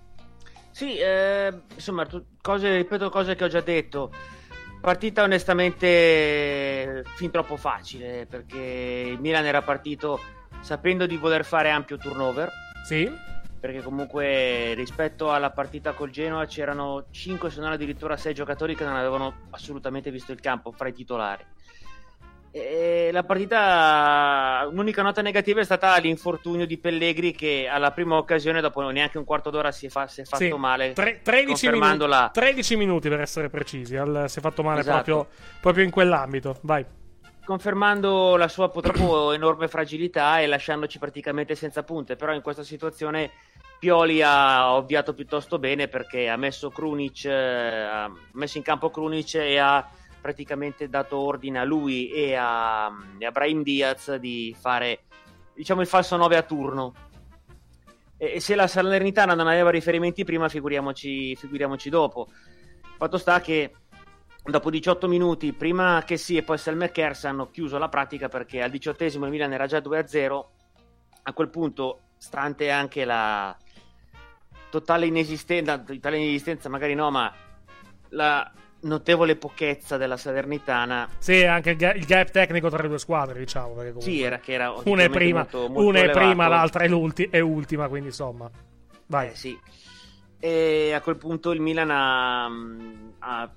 Sì, insomma, ripeto cose che ho già detto. Partita onestamente fin troppo facile, perché il Milan era partito sapendo di voler fare ampio turnover. Sì. Perché comunque rispetto alla partita col Genoa c'erano 5, se non addirittura 6 giocatori che non avevano assolutamente visto il campo fra i titolari. E la partita, l'unica nota negativa è stata l'infortunio di Pellegrini, che alla prima occasione, dopo neanche un quarto d'ora, si è fatto male. 13 minuti per essere precisi, si è fatto male, esatto. proprio in quell'ambito. Vai. Confermando la sua purtroppo enorme fragilità e lasciandoci praticamente senza punte. Però in questa situazione Pioli ha ovviato piuttosto bene, perché ha messo in campo Krunic e ha praticamente dato ordine a lui e a Brahim Diaz di fare, diciamo, il falso 9 a turno. E se la Salernitana non aveva riferimenti prima, figuriamoci dopo. Fatto sta che dopo 18 minuti, prima che e poi Selmakers hanno chiuso la pratica, perché al 18esimo il Milan era già 2-0. A quel punto stante anche la totale inesistenza, magari no, ma la notevole pochezza della Salernitana. Sì, anche il gap tecnico tra le due squadre, diciamo, perché sì, era una è prima, molto una è elevato. prima, l'altra è ultima, quindi insomma vai. Sì. E a quel punto il Milan ha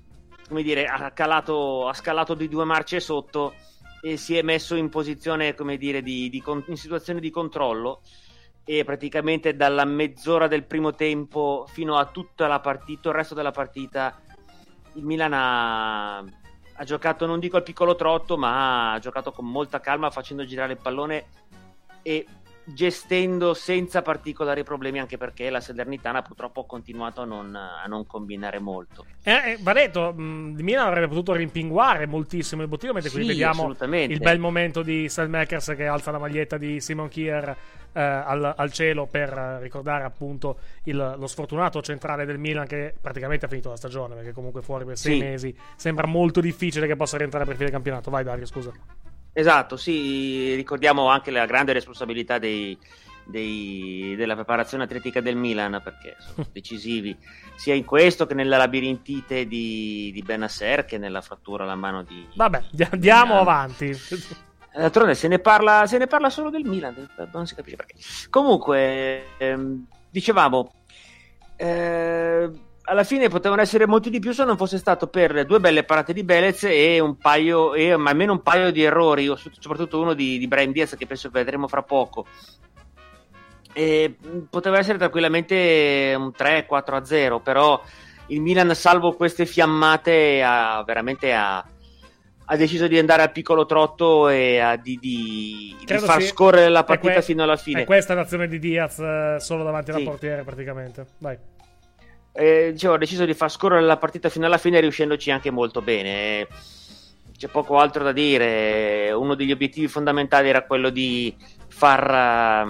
scalato di 2 marce sotto e si è messo in posizione, come dire, in situazione di controllo, e praticamente dalla mezz'ora del primo tempo fino a tutta la partita, il resto della partita, il Milan ha giocato, non dico al piccolo trotto, ma ha giocato con molta calma, facendo girare il pallone e gestendo senza particolari problemi, anche perché la Salernitana purtroppo ha continuato a non combinare molto. Va detto, il Milan avrebbe potuto rimpinguare moltissimo il bottino, mentre qui vediamo il bel momento di Selmakers che alza la maglietta di Simon Kjær al cielo per ricordare appunto lo sfortunato centrale del Milan, che praticamente ha finito la stagione, perché comunque fuori per 6 mesi sembra molto difficile che possa rientrare per fine campionato. Vai Dario, scusa. Esatto, sì, ricordiamo anche la grande responsabilità della preparazione atletica del Milan, perché sono decisivi sia in questo che nella labirintite di Bennacer, che nella frattura alla mano di... Vabbè, andiamo avanti. D'altronde se ne parla solo del Milan, non si capisce perché. Comunque, dicevamo, alla fine potevano essere molti di più se non fosse stato per 2 belle parate di Belez e almeno un paio di errori, soprattutto uno di Brahim Diaz, che penso che vedremo fra poco. E poteva essere tranquillamente un 3-4-0, però il Milan, salvo queste fiammate, ha deciso di andare al piccolo trotto e di far scorrere la partita fino alla fine. E questa è l'azione di Diaz solo davanti alla portiere, praticamente. Vai. Ho deciso di far scorrere la partita fino alla fine, riuscendoci anche molto bene. C'è poco altro da dire. Uno degli obiettivi fondamentali era quello di far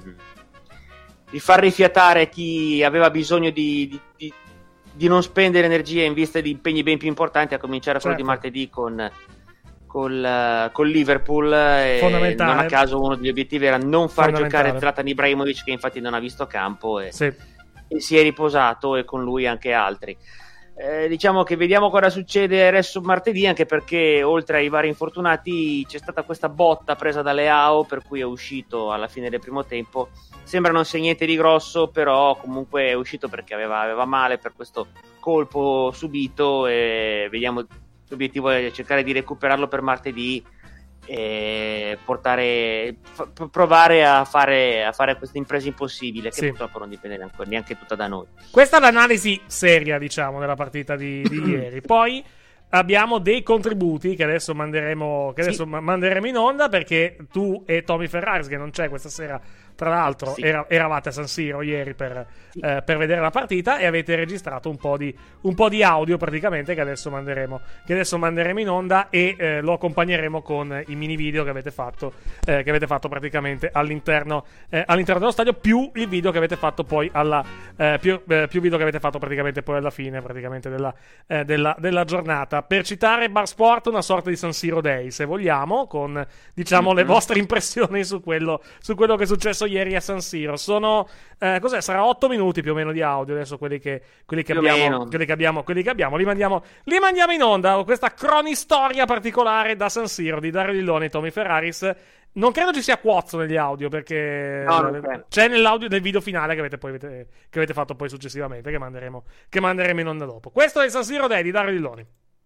rifiatare chi aveva bisogno di non spendere energie in vista di impegni ben più importanti, a cominciare quello di martedì con Liverpool. E non a caso uno degli obiettivi era non far giocare Zlatan Ibrahimovic, che infatti non ha visto campo e si è riposato, e con lui anche altri. Diciamo che vediamo cosa succede adesso martedì, anche perché oltre ai vari infortunati c'è stata questa botta presa da Leao, per cui è uscito alla fine del primo tempo. Sembra non sia niente di grosso, però comunque è uscito perché aveva male per questo colpo subito, e vediamo, l'obiettivo è cercare di recuperarlo per martedì e provare a fare questa impresa impossibile, che purtroppo non dipende neanche tutta da noi. Questa è l'analisi seria, diciamo, della partita di ieri. Poi abbiamo dei contributi che adesso manderemo in onda, perché tu e Tommy Ferraris, che non c'è questa sera, tra l'altro, eravate a San Siro ieri per vedere la partita, e avete registrato un po' di audio praticamente che adesso manderemo in onda, e lo accompagneremo con i mini video che avete fatto praticamente all'interno dello stadio, più il video che avete fatto poi più video che avete fatto praticamente poi alla fine praticamente della giornata. Per citare Bar Sport, una sorta di San Siro Day, se vogliamo, con diciamo le vostre impressioni su quello che è successo ieri a San Siro. Sono sarà 8 minuti più o meno di audio adesso, quelli che abbiamo, li mandiamo in onda, questa cronistoria particolare da San Siro di Dario Lilloni e Tommy Ferraris. Non credo ci sia Quozzo negli audio, perché c'è nel video finale che avete fatto poi successivamente, che manderemo in onda dopo. Questo è il San Siro Day di Dario Lilloni.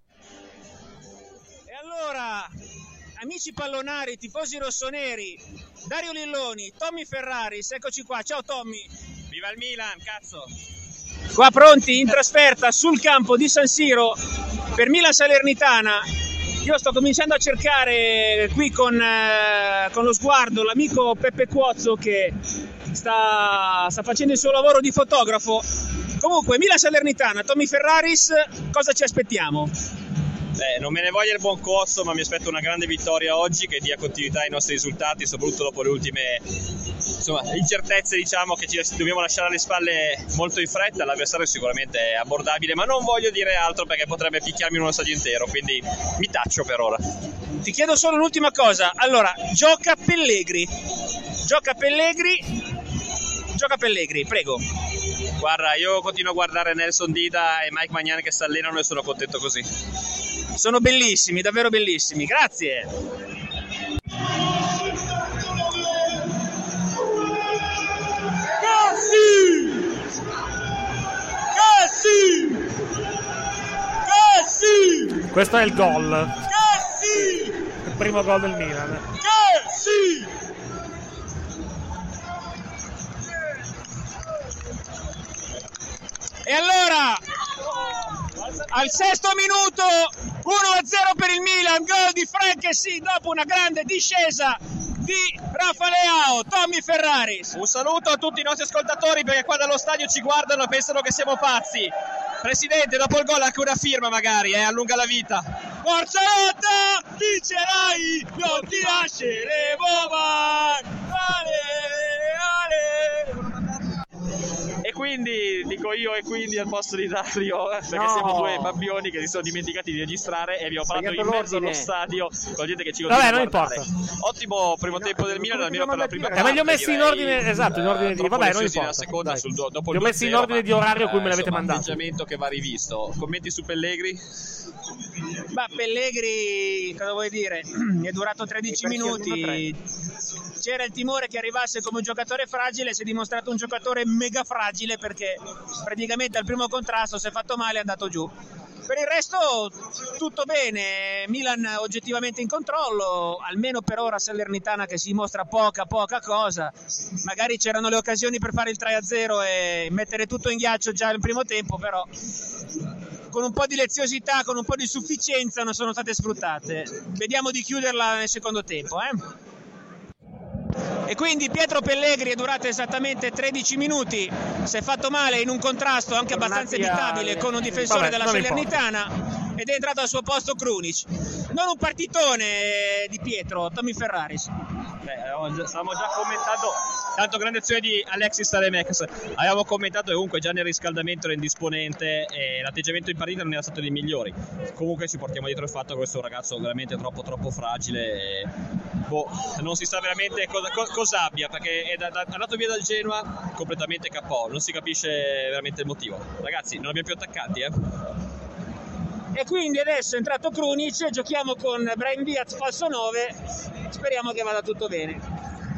E allora, amici pallonari, tifosi rossoneri, Dario Lilloni, Tommy Ferraris, eccoci qua. Ciao Tommy. Viva il Milan, cazzo. Qua pronti in trasferta sul campo di San Siro per Milan Salernitana. Io sto cominciando a cercare qui con lo sguardo l'amico Peppe Quozzo, che sta facendo il suo lavoro di fotografo. Comunque, Milan Salernitana, Tommy Ferraris, cosa ci aspettiamo? Non me ne voglia il buon Quozzo, ma mi aspetto una grande vittoria oggi che dia continuità ai nostri risultati, soprattutto dopo le ultime incertezze, diciamo, che ci dobbiamo lasciare alle spalle molto in fretta. L'avversario sicuramente è abbordabile, ma non voglio dire altro perché potrebbe picchiarmi in uno stadio intero, quindi mi taccio per ora. Ti chiedo solo un'ultima cosa. Allora, gioca Pellegri Gioca Pellegri, prego. Guarda, io continuo a guardare Nelson Dida e Mike Maignan che si allenano e sono contento così. Sono bellissimi, davvero bellissimi, grazie. Cassi! Questo è il gol. Il primo gol del Milan. E allora, al sesto minuto, 1-0 per il Milan, gol di Frank Kessie dopo una grande discesa di Rafa Leao. Tommy Ferraris. Un saluto a tutti i nostri ascoltatori, perché qua dallo stadio ci guardano e pensano che siamo pazzi. Presidente, dopo il gol anche una firma magari, allunga la vita. Forza lotta, vincerai, non ti lasceremo mai. E quindi, dico io, e quindi al posto di Dario, perché siamo due babbioni che si sono dimenticati di registrare e abbiamo parlato in mezzo allo stadio con gente che ci continua a guardare. Non importa. Ottimo primo tempo del Milan, almeno per la prima parte. Ma li ho messi in ordine, esatto, in ordine di... Vabbè, non importa. Seconda dopo li ho messi in ordine di orario a cui me l'avete mandato. Un atteggiamento che va rivisto. Commenti su Pellegri? Ma Pellegri, cosa vuoi dire? È durato 13 minuti. C'era il timore che arrivasse come un giocatore fragile, si è dimostrato un giocatore mega fragile, perché praticamente al primo contrasto si è fatto male e è andato giù. Per il resto tutto bene, Milan oggettivamente in controllo, almeno per ora Salernitana che si mostra poca cosa. Magari c'erano le occasioni per fare il 3-0 e mettere tutto in ghiaccio già nel primo tempo, però con un po' di leziosità, con un po' di sufficienza non sono state sfruttate. Vediamo di chiuderla nel secondo tempo, E quindi Pietro Pellegri è durato esattamente 13 minuti, si è fatto male in un contrasto anche abbastanza evitabile con un difensore della Salernitana ed è entrato al suo posto Krunic. Non un partitone di Pietro, Tommy Ferraris. Stavamo già commentando, tanto grande azione di Alexis Saelemaekers, avevamo commentato che comunque già nel riscaldamento era indisponente e l'atteggiamento in partita non era stato dei migliori. Comunque ci portiamo dietro il fatto che questo ragazzo è veramente troppo fragile e, non si sa veramente cosa abbia, perché è andato via dal Genoa completamente KO, non si capisce veramente il motivo. Ragazzi, non abbiamo più attaccanti, E quindi adesso è entrato Krunic, giochiamo con Brahim Diaz falso 9, speriamo che vada tutto bene.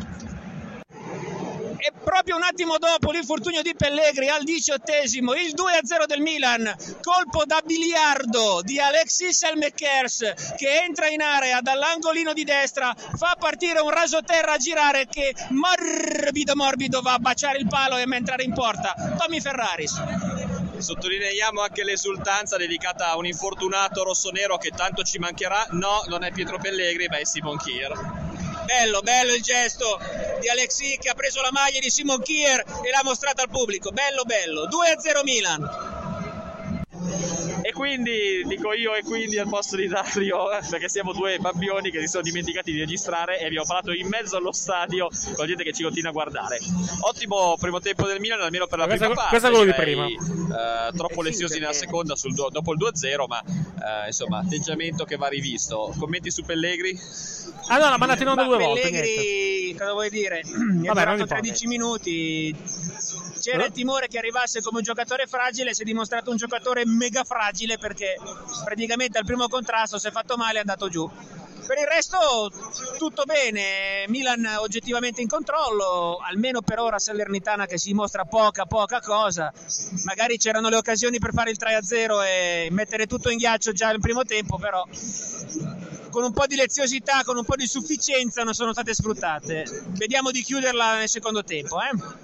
E proprio un attimo dopo l'infortunio di Pellegri, al 18esimo, il 2-0 del Milan, colpo da biliardo di Alexis Saelemaekers che entra in area dall'angolino di destra, fa partire un rasoterra a girare che morbido va a baciare il palo e a entrare in porta. Tommy Ferraris. Sottolineiamo anche l'esultanza dedicata a un infortunato rossonero che tanto ci mancherà. No, non è Pietro Pellegri, ma è Simon Kjaer. Bello il gesto di Alexis che ha preso la maglia di Simon Kjaer e l'ha mostrata al pubblico. Bello. 2-0 Milan. E quindi, dico io, e quindi al posto di Dario, perché siamo due babbioni che si sono dimenticati di registrare e abbiamo parlato in mezzo allo stadio con gente che ci continua a guardare. Ottimo primo tempo del Milan, almeno per la prima parte. Questo è quello di prima. Troppo leziosi nella seconda dopo il 2-0, ma insomma, atteggiamento che va rivisto. Commenti su Pellegri? No, l'ha mandato in onda due volte. Pellegri, cosa vuoi dire? È durato 13 minuti. C'era il timore che arrivasse come un giocatore fragile, si è dimostrato un giocatore mega fragile, perché praticamente al primo contrasto si è fatto male e è andato giù. Per il resto tutto bene, Milan oggettivamente in controllo, almeno per ora Salernitana che si mostra poca cosa. Magari c'erano le occasioni per fare il 3-0 e mettere tutto in ghiaccio già nel primo tempo, però con un po' di leziosità, con un po' di sufficienza non sono state sfruttate. Vediamo di chiuderla nel secondo tempo,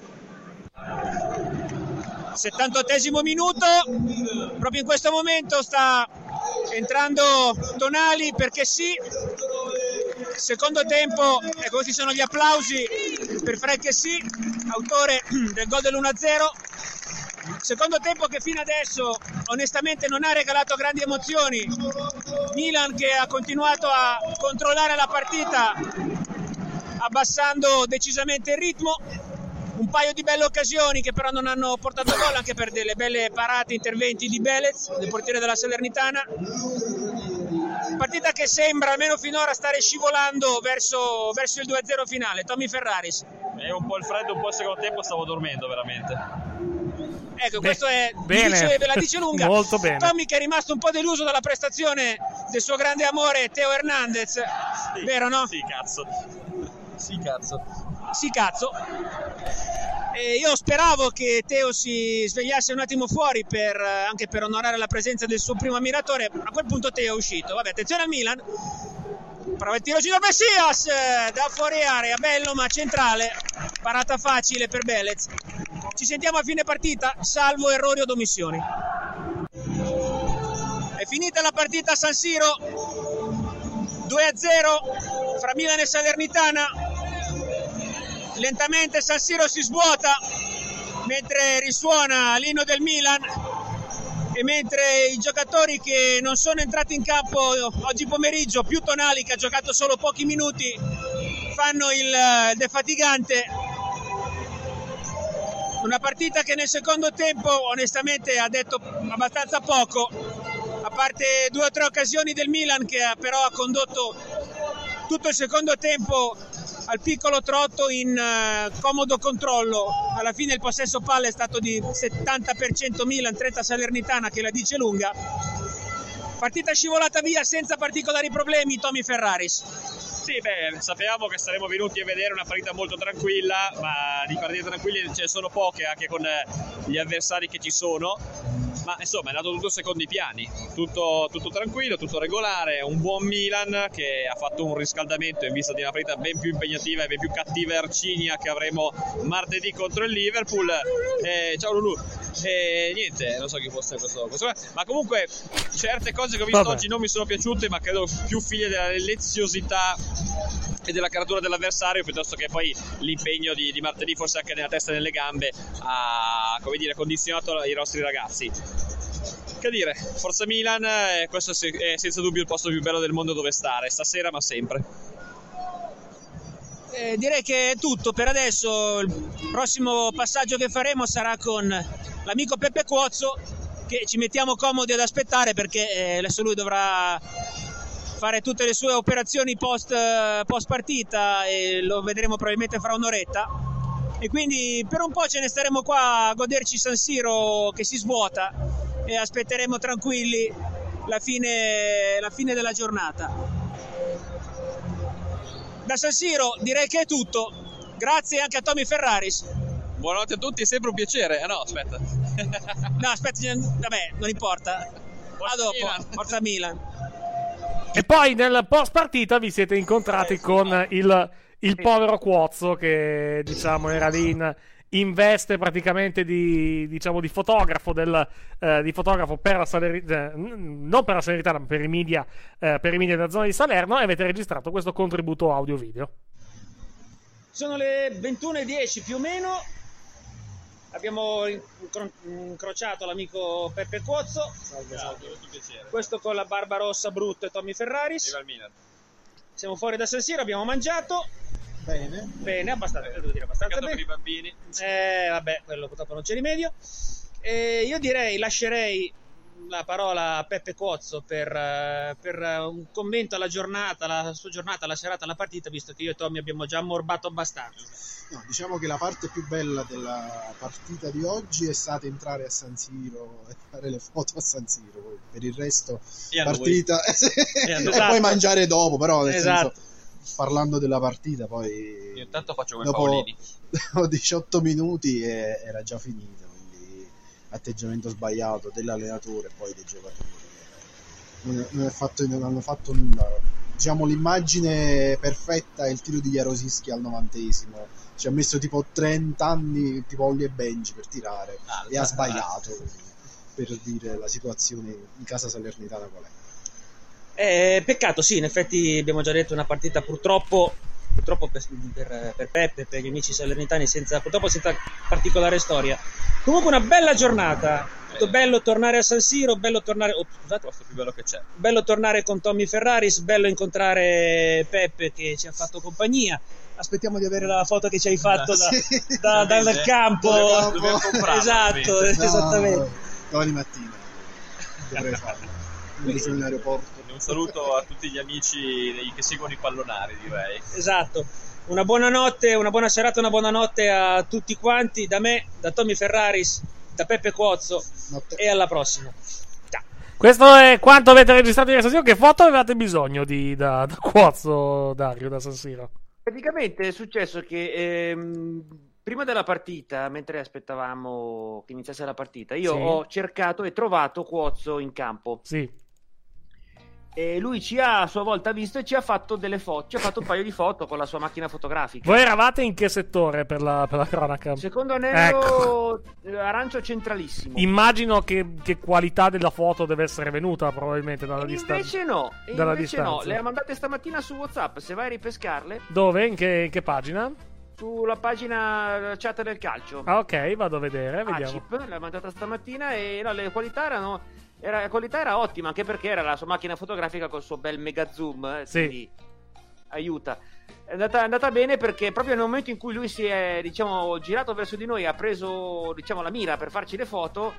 78esimo minuto, proprio in questo momento sta entrando Tonali perché sì, secondo tempo, e questi sono gli applausi per Frank Kessie, autore del gol dell'1-0. Secondo tempo che fino adesso onestamente non ha regalato grandi emozioni. Milan che ha continuato a controllare la partita abbassando decisamente il ritmo. Un paio di belle occasioni che però non hanno portato gol, anche per delle belle parate, interventi di Belez, del portiere della Salernitana. Partita che sembra, almeno finora, stare scivolando verso il 2-0 finale. Tommy Ferraris. E un po' il freddo, un po' il secondo tempo stavo dormendo veramente. Ecco, questo è bene. ve la dice lunga. Molto bene. Tommy che è rimasto un po' deluso dalla prestazione del suo grande amore Teo Hernandez, sì, vero no? Sì, cazzo. E io speravo che Teo si svegliasse un attimo fuori anche per onorare la presenza del suo primo ammiratore. A quel punto Teo è uscito. Vabbè, attenzione al Milan. Prova il tiro Gino Messias da fuori area, bello ma centrale, parata facile per Belez. Ci sentiamo a fine partita, salvo errori o omissioni. È finita la partita a San Siro, 2-0 fra Milan e Salernitana. Lentamente San Siro si svuota mentre risuona l'inno del Milan e mentre i giocatori che non sono entrati in campo oggi pomeriggio, più Tonali che ha giocato solo pochi minuti, fanno il defatigante. Una partita che nel secondo tempo onestamente ha detto abbastanza poco, a parte 2 o 3 occasioni del Milan che però ha condotto tutto il secondo tempo al piccolo trotto in comodo controllo. Alla fine il possesso palla è stato di 70% Milan, 30% Salernitana, che la dice lunga. Partita scivolata via senza particolari problemi, Tommy Ferraris. Sì, sapevamo che saremmo venuti a vedere una partita molto tranquilla, ma di partite tranquille ce ne sono poche anche con gli avversari che ci sono. Ma insomma è andato tutto secondo i piani, tutto tranquillo, tutto regolare, un buon Milan che ha fatto un riscaldamento in vista di una partita ben più impegnativa e ben più cattiva e arcigna che avremo martedì contro il Liverpool. Ciao Lulu. Niente, non so chi fosse questo, ma comunque certe cose che ho visto oggi non mi sono piaciute, ma credo più figlie della leziosità e della caratura dell'avversario piuttosto che poi l'impegno di martedì, forse anche nella testa e nelle gambe, ha condizionato i nostri ragazzi. Che dire, forza Milan, questo è senza dubbio il posto più bello del mondo dove stare, stasera ma sempre. Direi che è tutto per adesso. Il prossimo passaggio che faremo sarà con l'amico Peppe Cuozzo, che ci mettiamo comodi ad aspettare perché adesso lui dovrà fare tutte le sue operazioni post partita e lo vedremo probabilmente fra un'oretta, e quindi per un po' ce ne staremo qua a goderci San Siro che si svuota e aspetteremo tranquilli la fine della giornata. Da San Siro direi che è tutto, grazie anche a Tommy Ferraris. Buonanotte a tutti, è sempre un piacere. No, aspetta. No, aspetta, vabbè, non importa. A dopo, Milan. Forza Milan. E poi nel post partita vi siete incontrati con il povero Cuozzo che diciamo era lì in veste praticamente di fotografo di fotografo per la Salernitana, non per la Salernitana ma per i media della zona di Salerno, e avete registrato questo contributo audio video. Sono le 21:10 più o meno. Abbiamo incrociato l'amico Peppe Cuozzo. Salve, tutto piacere. Questo con la barba rossa brutta e Tommy Ferraris. Viva il Milan. Siamo fuori da San Siro, abbiamo mangiato. Bene, abbastanza, devo dire abbastanza bene. Per i bambini. Vabbè, quello purtroppo non c'è rimedio. Io lascerei la parola a Peppe Cuozzo per un commento alla giornata, la sua giornata, la serata, la partita, visto che io e Tommy abbiamo già ammorbato abbastanza. No, diciamo che la parte più bella della partita di oggi è stata entrare a San Siro e fare le foto a San Siro. Poi, per il resto, partita e poi mangiare dopo, però nel senso, parlando della partita, poi io intanto faccio come Paolini. Dopo 18 minuti era già finita, quindi atteggiamento sbagliato dell'allenatore e poi dei giocatori. Non hanno fatto nulla. Diciamo l'immagine perfetta è il tiro di Jarosischi al 90esimo. Ci ha messo tipo 30 anni, tipo Olli e Benji, per tirare e ha sbagliato, per dire la situazione in casa salernitana qual è. Peccato, sì, in effetti abbiamo già detto una partita purtroppo per Peppe, per gli amici salernitani, senza particolare storia. Comunque una bella giornata, bello tornare a San Siro, bello tornare, posto più bello che c'è. Bello tornare con Tommy Ferraris, bello incontrare Peppe che ci ha fatto compagnia. Aspettiamo di avere la foto che ci hai fatto dal campo. Dobbiamo comprarla. Esatto, esattamente. Domani mattina dovrei farlo. In aeroporto. Un saluto a tutti gli amici che seguono i pallonari, direi. Esatto. una buona notte, una buona serata, una buona notte a tutti quanti, da me, da Tommy Ferraris, da Peppe Cuozzo, e alla prossima. Ciao. Questo è quanto avete registrato ieri sera. Che foto avevate bisogno da Cuozzo, Dario, da San Siro? Praticamente è successo che prima della partita, mentre aspettavamo che iniziasse la partita, io ho cercato e trovato Cuozzo in campo. Sì. E lui ci ha a sua volta visto e ci ha fatto delle foto, ci ha fatto un paio di foto con la sua macchina fotografica. Voi eravate in che settore per la cronaca? Secondo anello, arancio centralissimo. Immagino che qualità della foto deve essere venuta probabilmente dalla distanza. Invece no, le ha mandate stamattina su WhatsApp, se vai a ripescarle. Dove? In che pagina? Sulla pagina chat del calcio. Ah, ok, vado a vedere, vediamo. Acip, l'ha mandata stamattina e no, le qualità la qualità era ottima, anche perché era la sua macchina fotografica col suo bel mega zoom, quindi aiuta. È andata bene perché proprio nel momento in cui lui si è, girato verso di noi, ha preso, la mira per farci la foto,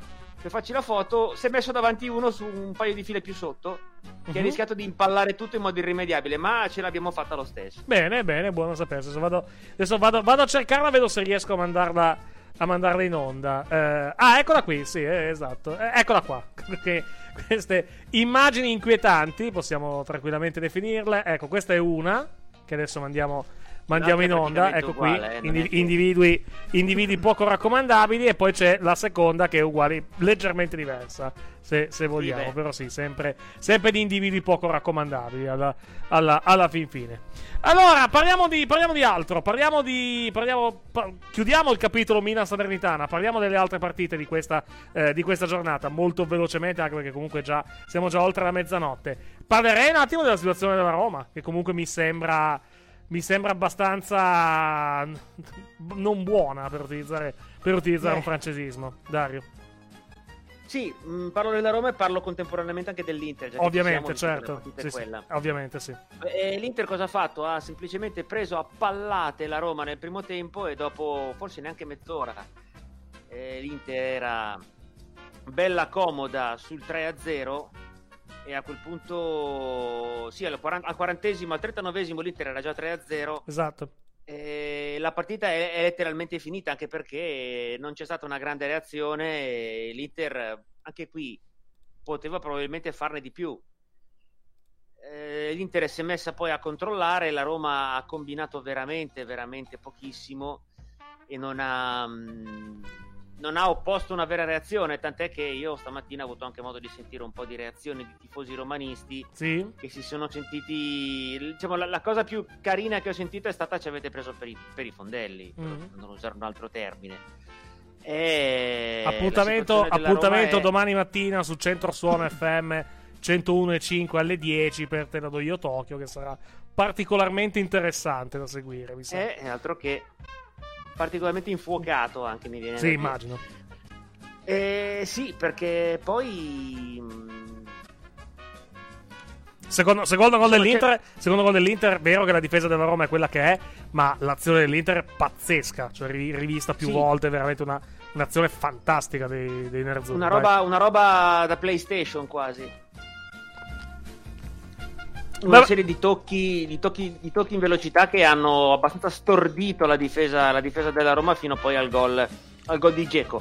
si è messo davanti uno su un paio di file più sotto, che ha rischiato di impallare tutto in modo irrimediabile, ma ce l'abbiamo fatta lo stesso. Bene, buono sapersi. Adesso vado a cercarla, vedo se riesco a mandarla in onda. Eccola qui, sì, esatto. Eccola qua. Queste immagini inquietanti, possiamo tranquillamente definirle. Ecco, questa è una che adesso mandiamo in onda. Ecco qui, individui poco raccomandabili, e poi c'è la seconda che è uguale, leggermente diversa, se vogliamo, però sì, sempre di individui poco raccomandabili alla fin fine. Allora, parliamo di altro, chiudiamo il capitolo Milan Salernitana, parliamo delle altre partite di questa giornata, molto velocemente, anche perché comunque siamo già oltre la mezzanotte. Parlerei un attimo della situazione della Roma, che comunque mi sembra abbastanza non buona, per utilizzare un francesismo. Dario. Sì, parlo della Roma e parlo contemporaneamente anche dell'Inter. Ovviamente, certo. Sì, ovviamente sì. L'Inter cosa ha fatto? Ha semplicemente preso a pallate la Roma nel primo tempo, e dopo forse neanche mezz'ora l'Inter era bella comoda sul 3-0, e a quel punto sì, al 40esimo, al 39esimo l'Inter era già 3-0. Esatto. La partita è letteralmente finita, anche perché non c'è stata una grande reazione, e l'Inter anche qui poteva probabilmente farne di più. L'Inter si è messa poi a controllare, la Roma ha combinato veramente pochissimo e non ha opposto una vera reazione, tant'è che io stamattina ho avuto anche modo di sentire un po' di reazioni di tifosi romanisti che si sono sentiti, la cosa più carina che ho sentito è stata: ci avete preso per i fondelli, per non usare un altro termine. Appuntamento domani mattina su Centro Suono FM 101.5 alle 10 per Te la do io Tokyo, che sarà particolarmente interessante da seguire, mi sa. Altro che particolarmente infuocato, anche mi viene sì, immagino. Sì, perché poi secondo gol dell'Inter, è vero che la difesa della Roma è quella che è, ma l'azione dell'Inter è pazzesca, cioè rivista più volte, veramente un'azione fantastica dei nerazzurri. Una roba da PlayStation quasi. Una serie di tocchi in velocità che hanno abbastanza stordito la difesa della Roma, fino poi al gol di Dzeko.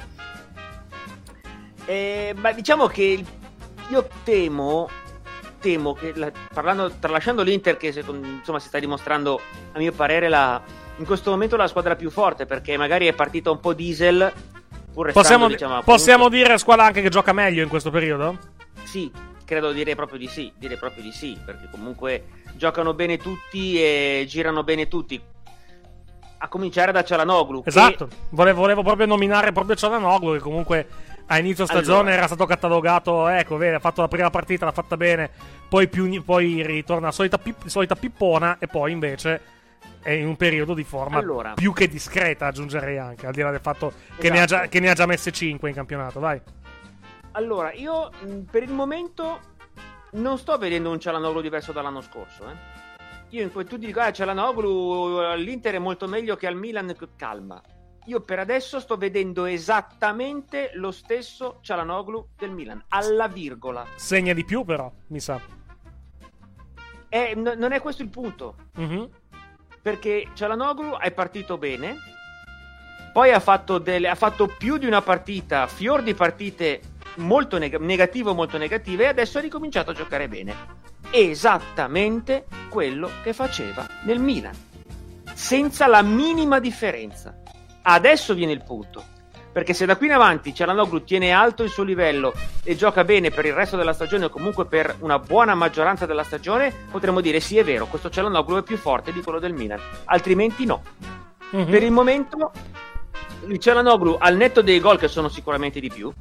Ma diciamo che io temo che tralasciando l'Inter, che si sta dimostrando, a mio parere, in questo momento la squadra più forte, perché magari è partita un po' diesel, pur restando, possiamo dire a squadra anche che gioca meglio in questo periodo? Sì, direi proprio di sì, perché comunque giocano bene tutti e girano bene tutti, a cominciare da Çalhanoğlu. Esatto, volevo proprio nominare proprio Çalhanoğlu, che comunque a inizio stagione era stato catalogato, ha fatto la prima partita, l'ha fatta bene, poi ritorna solita pippona, e poi invece è in un periodo di forma più che discreta, aggiungerei anche, al di là del fatto che ne ha già messe 5 in campionato, vai. Allora, io per il momento non sto vedendo un Çalhanoğlu diverso dall'anno scorso. Tu dici, Çalhanoğlu l'Inter è molto meglio che al Milan, calma. Io per adesso sto vedendo esattamente lo stesso Çalhanoğlu del Milan, alla virgola. Segna di più però, mi sa. Non è questo il punto. perché Çalhanoğlu è partito bene, poi ha fatto più di una partita, fior di partite molto negative, e adesso ha ricominciato a giocare bene. Esattamente quello che faceva nel Milan, senza la minima differenza. Adesso viene il punto, perché se da qui in avanti Çalhanoğlu tiene alto il suo livello e gioca bene per il resto della stagione, o comunque per una buona maggioranza della stagione, potremmo dire sì, è vero, questo Çalhanoğlu è più forte di quello del Milan, altrimenti no. Per il momento il Çalhanoğlu, al netto dei gol che sono sicuramente di più,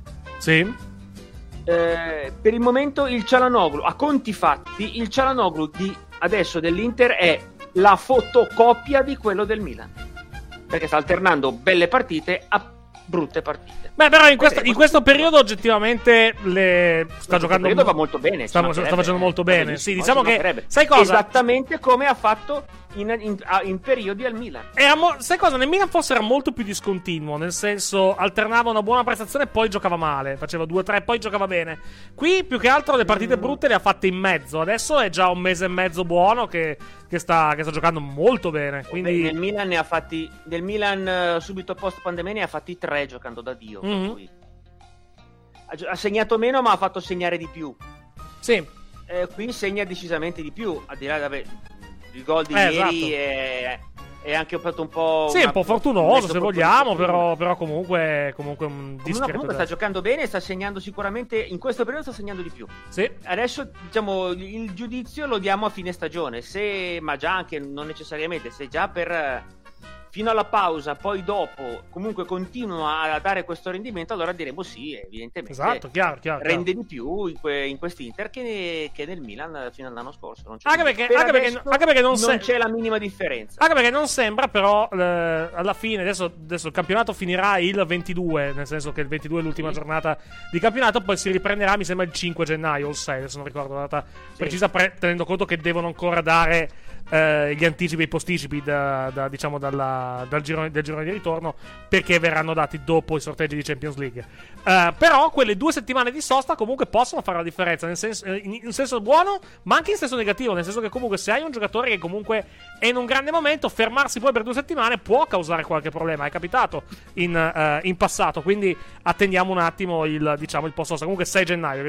per il momento il Çalhanoğlu, a conti fatti, il Çalhanoğlu di adesso dell'Inter è la fotocopia di quello del Milan, perché sta alternando belle partite a brutte partite. Beh, però in questo periodo oggettivamente sta giocando, va molto bene, sta facendo molto bene. Sì, diciamo che sai cosa? Esattamente come ha fatto in periodi al Milan. Sai cosa? Nel Milan forse era molto più discontinuo, nel senso alternava una buona prestazione e poi giocava male, faceva 2-3 e poi giocava bene. Qui più che altro le partite brutte le ha fatte in mezzo. Adesso è già un mese e mezzo buono che sta giocando molto bene. Quindi nel Milan ne ha fatti, del Milan subito post pandemia ne ha fatti 3 giocando da Dio. Cui ha segnato meno, ma ha fatto segnare di più. Sì. Qui segna decisamente di più, al di là il gol di ieri è anche un po' sì, un po' fortunoso se vogliamo, però comunque un discreto. Comunque sta giocando bene, sta segnando sicuramente, in questo periodo sta segnando di più. Sì. Adesso diciamo il giudizio lo diamo a fine stagione, ma già anche non necessariamente, se già fino alla pausa, poi dopo comunque continua a dare questo rendimento, allora diremo sì, evidentemente. Esatto, chiaro. Rende di più in quest'Inter che nel Milan fino all'anno scorso. Anche perché non c'è la minima differenza. Anche perché non sembra, però alla fine, adesso il campionato finirà il 22, nel senso che il 22 è l'ultima giornata di campionato, poi si riprenderà mi sembra il 5 gennaio o il 6, adesso non ricordo la data precisa, tenendo conto che devono ancora dare gli anticipi e i posticipi del girone di ritorno, perché verranno dati dopo i sorteggi di Champions League. Però quelle 2 settimane di sosta comunque possono fare la differenza, in senso buono ma anche in senso negativo, nel senso che comunque se hai un giocatore che comunque è in un grande momento, fermarsi poi per 2 settimane può causare qualche problema. È capitato in passato, quindi attendiamo un attimo il post sosta. Comunque 6 gennaio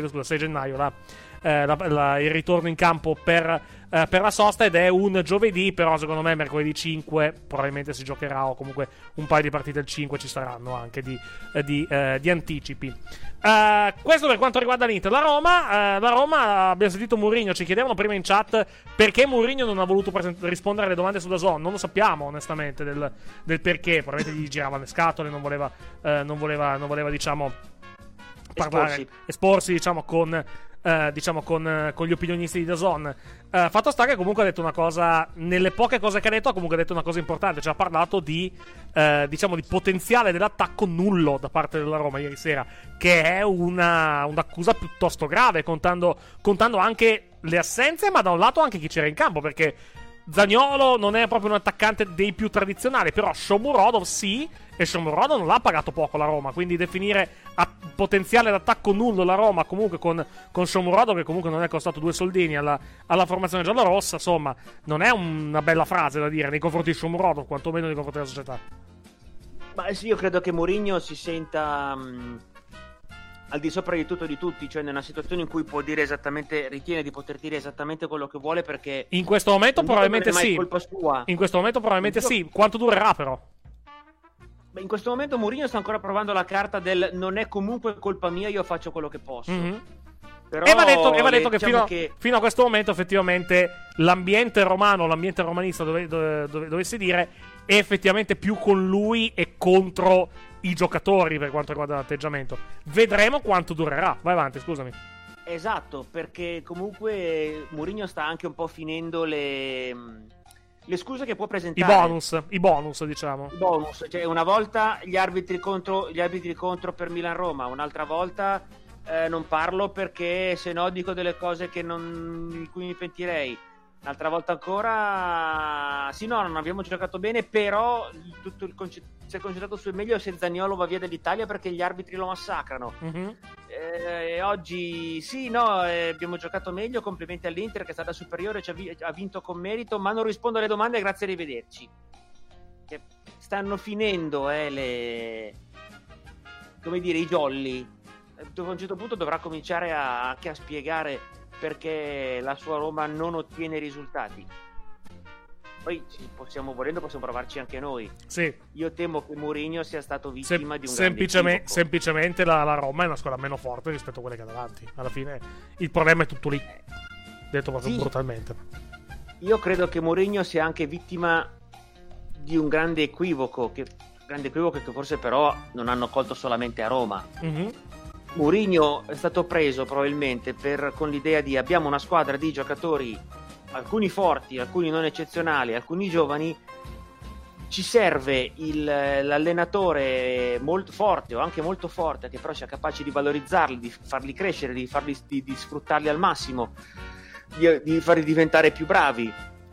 il ritorno in campo per la sosta, ed è un giovedì, però secondo me mercoledì 5 probabilmente si giocherà, o comunque un paio di partite il 5 ci saranno anche di anticipi. Questo per quanto riguarda l'Inter. La Roma, abbiamo sentito Mourinho, ci chiedevano prima in chat perché Mourinho non ha voluto rispondere alle domande su DAZN. Non lo sappiamo onestamente del perché, probabilmente gli giravano le scatole, non voleva diciamo esporsi diciamo con gli opinionisti di DAZN. Fatto sta che comunque ha detto una cosa, nelle poche cose che ha detto, ha comunque detto una cosa importante, cioè ha parlato di potenziale dell'attacco nullo da parte della Roma ieri sera, che è un'accusa piuttosto grave, contando anche le assenze, ma da un lato anche chi c'era in campo, perché Zaniolo non è proprio un attaccante dei più tradizionali, però Shomurodov sì, e Shomurodov non l'ha pagato poco la Roma, quindi definire potenziale d'attacco nullo la Roma comunque con Shomurodov, che comunque non è costato 2 soldini alla formazione giallorossa, insomma non è una bella frase da dire nei confronti di Shomurodov, quantomeno nei confronti della società. Ma sì, io credo che Mourinho si senta al di sopra di tutto e di tutti, cioè nella situazione in cui ritiene di poter dire esattamente quello che vuole, perché in questo momento probabilmente sì. Colpa sua. In questo momento probabilmente sì. Quanto durerà però? In questo momento Mourinho sta ancora provando la carta del non è comunque colpa mia, io faccio quello che posso. Mm-hmm. Però e va detto che fino a questo momento effettivamente l'ambiente romano, l'ambiente romanista dovessi dire, è effettivamente più con lui e contro i giocatori per quanto riguarda l'atteggiamento. Vedremo quanto durerà. Vai avanti, scusami. Esatto, perché comunque Mourinho sta anche un po' finendo le scuse che può presentare. I bonus, diciamo. I bonus, cioè una volta gli arbitri contro per Milan-Roma, un'altra volta non parlo perché se no dico delle cose di cui mi pentirei. L'altra volta ancora sì, no, non abbiamo giocato bene, però tutto si è concentrato sul meglio se Zaniolo va via dall'Italia perché gli arbitri lo massacrano. Oggi sì, no, abbiamo giocato meglio, complimenti all'Inter che è stata superiore, ha vinto con merito, ma non rispondo alle domande, grazie, arrivederci. Che stanno finendo i jolly. A un certo punto dovrà cominciare anche a spiegare perché la sua Roma non ottiene risultati. Poi possiamo provarci anche noi. Sì. Io temo che Mourinho sia stato vittima di un semplicemente la Roma è una squadra meno forte rispetto a quelle che ha davanti. Alla fine il problema è tutto lì, detto proprio brutalmente. Io credo che Mourinho sia anche vittima di un grande equivoco che forse però non hanno colto solamente a Roma. Mourinho è stato preso probabilmente con l'idea di abbiamo una squadra di giocatori, alcuni forti, alcuni non eccezionali, alcuni giovani, ci serve l'allenatore molto forte o anche molto forte che però sia capace di valorizzarli, di farli crescere, di sfruttarli al massimo, di farli diventare più bravi,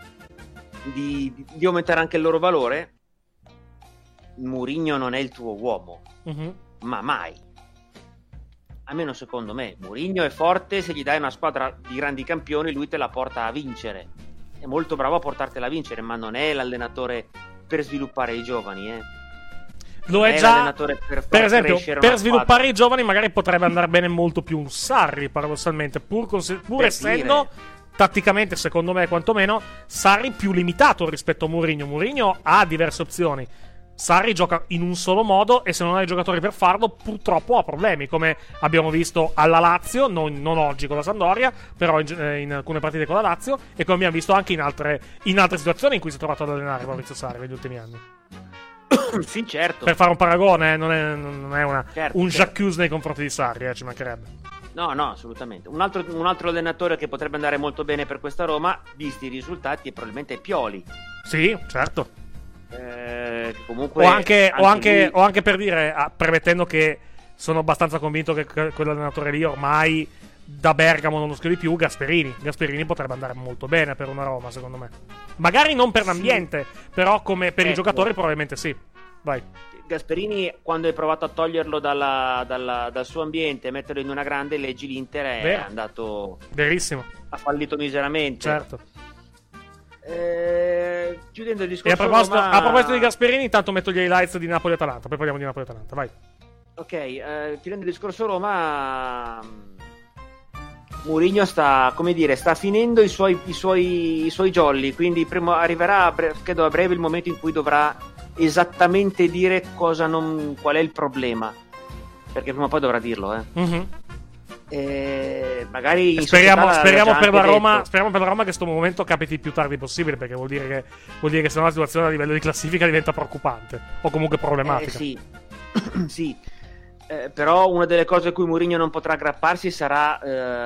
di aumentare anche il loro valore. Mourinho non è il tuo uomo, ma mai. Almeno secondo me Mourinho è forte se gli dai una squadra di grandi campioni, lui te la porta a vincere, è molto bravo a portartela a vincere, ma non è l'allenatore per sviluppare i giovani, Lo è già, per esempio, per sviluppare i giovani magari potrebbe andare bene molto più un Sarri, paradossalmente, pur essendo tatticamente, secondo me quantomeno, Sarri più limitato rispetto a Mourinho. Mourinho ha diverse opzioni, Sarri gioca in un solo modo e se non ha i giocatori per farlo purtroppo ha problemi, come abbiamo visto alla Lazio, non oggi con la Sampdoria, però in alcune partite con la Lazio, e come abbiamo visto anche in altre situazioni in cui si è trovato ad allenare Maurizio Sarri negli ultimi anni. Sì, certo. Per fare un paragone, non è un j'accuse nei confronti di Sarri, ci mancherebbe. No, assolutamente. Un altro allenatore che potrebbe andare molto bene per questa Roma, visti i risultati, è probabilmente Pioli. Sì, certo. Comunque o anche per dire, premettendo che sono abbastanza convinto che quell'allenatore lì ormai da Bergamo non lo scrivi più, Gasperini potrebbe andare molto bene per una Roma, secondo me. Magari non per l'ambiente, però come per i giocatori probabilmente sì. Vai. Gasperini, quando hai provato a toglierlo dal suo ambiente e metterlo in una grande, leggi l'Inter, è andato verissimo, ha fallito miseramente. Certo. Chiudendo il discorso, e a proposito di Gasperini, intanto metto gli highlights di Napoli-Atalanta, poi parliamo di Napoli-Atalanta, vai. Ok, chiudendo il discorso Roma, Mourinho sta finendo i suoi jolly, quindi arriverà credo a breve il momento in cui dovrà esattamente dire qual è il problema, perché prima o poi dovrà dirlo, magari speriamo per la Roma che questo momento capiti il più tardi possibile, perché vuol dire che se no la situazione a livello di classifica diventa preoccupante o comunque problematica. Sì. Però una delle cose a cui Mourinho non potrà aggrapparsi sarà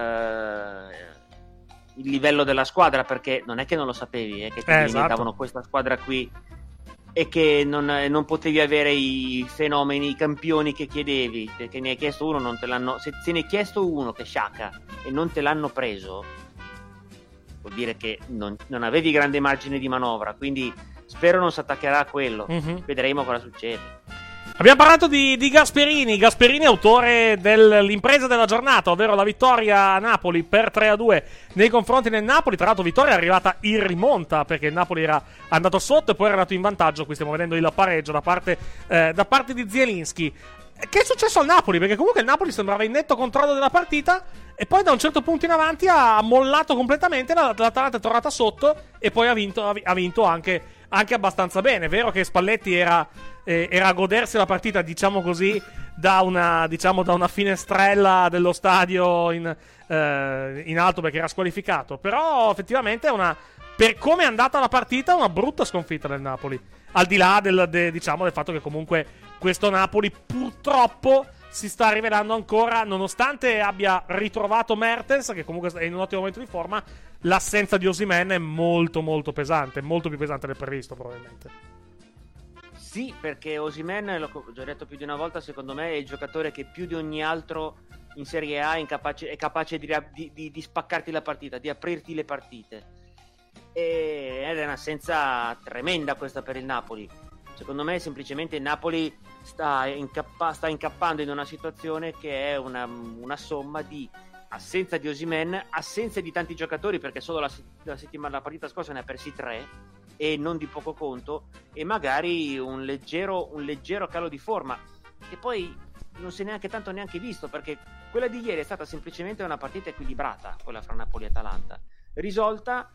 il livello della squadra, perché non è che non lo sapevi, che ti davano questa squadra qui e che non potevi avere i fenomeni, i campioni che chiedevi, perché ne hai chiesto uno, non te l'hanno. Se ne hai chiesto uno che sciacca e non te l'hanno preso, vuol dire che non avevi grande margine di manovra, quindi spero non si attaccherà a quello. Vedremo cosa succede. Abbiamo parlato di Gasperini, autore dell'impresa della giornata, ovvero la vittoria a Napoli per 3-2 nei confronti del Napoli. Tra l'altro vittoria arrivata in rimonta, perché il Napoli era andato sotto e poi era andato in vantaggio. Qui stiamo vedendo il pareggio da parte di Zielinski. Che è successo al Napoli? Perché comunque il Napoli sembrava in netto controllo della partita e poi da un certo punto in avanti ha mollato completamente, l'Atalanta è tornata sotto e poi ha vinto anche abbastanza bene. È vero che Spalletti era a godersi la partita, diciamo così, da una finestrella dello stadio in alto, perché era squalificato. Però effettivamente per come è andata la partita, una brutta sconfitta del Napoli. Al di là del fatto che comunque questo Napoli purtroppo si sta rivelando ancora, nonostante abbia ritrovato Mertens, che comunque è in un ottimo momento di forma, l'assenza di Osimhen è molto molto pesante, molto più pesante del previsto probabilmente. Sì, perché Osimhen, l'ho già detto più di una volta, secondo me è il giocatore che più di ogni altro in Serie A è capace di spaccarti la partita, di aprirti le partite. ed è un'assenza tremenda questa per il Napoli. Secondo me semplicemente il Napoli sta incappando in una situazione che è una somma di assenza di Osimhen, assenza di tanti giocatori, perché solo la partita scorsa ne ha persi 3 e non di poco conto, e magari un leggero calo di forma, che poi non si è neanche visto, perché quella di ieri è stata semplicemente una partita equilibrata, quella fra Napoli e Atalanta, risolta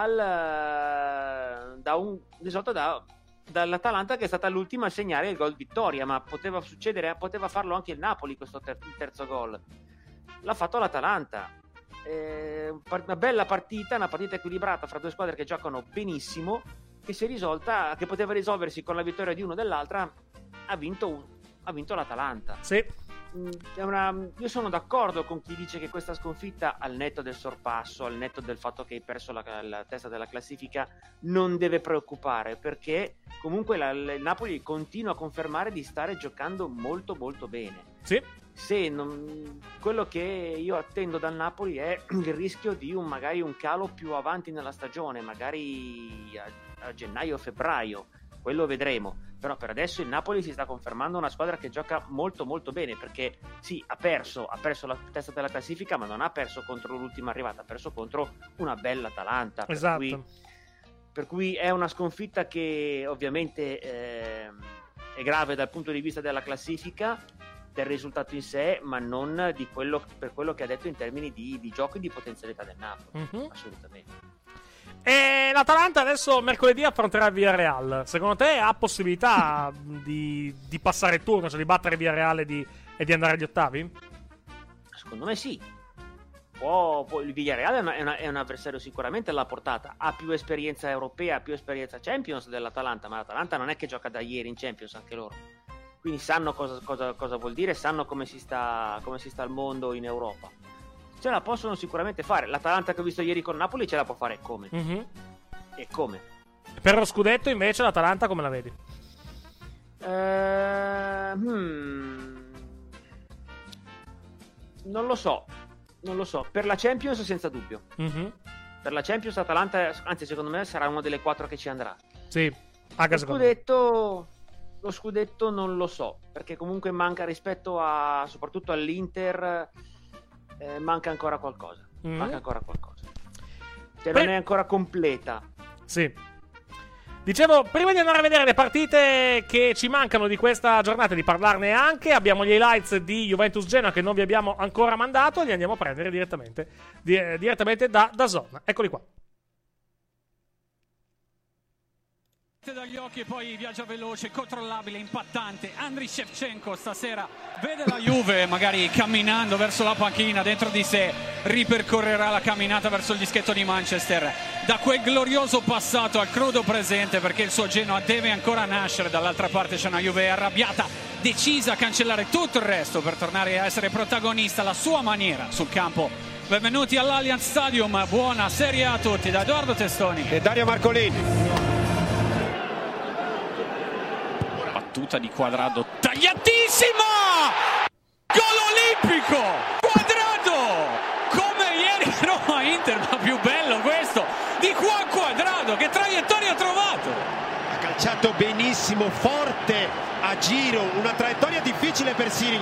dall'Atalanta, che è stata l'ultima a segnare il gol vittoria, ma poteva farlo anche il Napoli questo terzo gol. L'ha fatto l'Atalanta. Una bella partita, una partita equilibrata fra due squadre che giocano benissimo, che poteva risolversi con la vittoria di uno o dell'altra. Ha vinto l'Atalanta. Sì. Io sono d'accordo con chi dice che questa sconfitta, al netto del sorpasso, al netto del fatto che hai perso la testa della classifica, non deve preoccupare, perché comunque il Napoli continua a confermare di stare giocando molto molto bene. Sì. Quello che io attendo dal Napoli è il rischio di magari un calo più avanti nella stagione, magari a gennaio o febbraio, quello vedremo. Però per adesso il Napoli si sta confermando una squadra che gioca molto molto bene, perché sì, ha perso la testa della classifica, ma non ha perso contro l'ultima arrivata, ha perso contro una bella Atalanta. Esatto. Per cui è una sconfitta che ovviamente è grave dal punto di vista della classifica, del risultato in sé, ma non per quello che ha detto in termini di gioco e di potenzialità del Napoli. Assolutamente. E l'Atalanta adesso mercoledì affronterà il Villarreal. Secondo te ha possibilità di passare il turno, cioè di battere il Villarreal e di andare agli ottavi? Secondo me sì. Il Villarreal è un avversario sicuramente alla portata. Ha più esperienza europea, ha più esperienza Champions dell'Atalanta, ma l'Atalanta non è che gioca da ieri in Champions anche loro. Quindi sanno cosa vuol dire, sanno come si sta al mondo in Europa. Ce la possono sicuramente fare. L'Atalanta che ho visto ieri con Napoli ce la può fare come? E come? Per lo scudetto invece l'Atalanta come la vedi? Non lo so. Per la Champions senza dubbio. Per la Champions l'Atalanta, anzi secondo me sarà una delle 4 che ci andrà. Sì, lo scudetto non lo so, perché comunque manca rispetto soprattutto all'Inter. Manca ancora qualcosa. Cioè non è ancora completa. Sì. Dicevo, prima di andare a vedere le partite che ci mancano di questa giornata, di parlarne anche, abbiamo gli highlights di Juventus Genoa che non vi abbiamo ancora mandato, li andiamo a prendere direttamente da DAZN. Eccoli qua. Dagli occhi e poi viaggia veloce, controllabile, impattante. Andriy Shevchenko stasera vede la Juve magari camminando verso la panchina, dentro di sé ripercorrerà la camminata verso il dischetto di Manchester, da quel glorioso passato al crudo presente, perché il suo Genoa deve ancora nascere. Dall'altra parte c'è una Juve arrabbiata, decisa a cancellare tutto il resto per tornare a essere protagonista alla sua maniera sul campo. Benvenuti all'Allianz Stadium, buona Serie A a tutti da Edoardo Testoni e Dario Marcolini. Battuta di Quadrado tagliatissima, gol olimpico, Quadrado come ieri Roma-Inter, ma più bello questo di Juan Quadrado, che traiettoria ha trovato, ha calciato benissimo, forte a giro, una traiettoria difficile per Sirigu.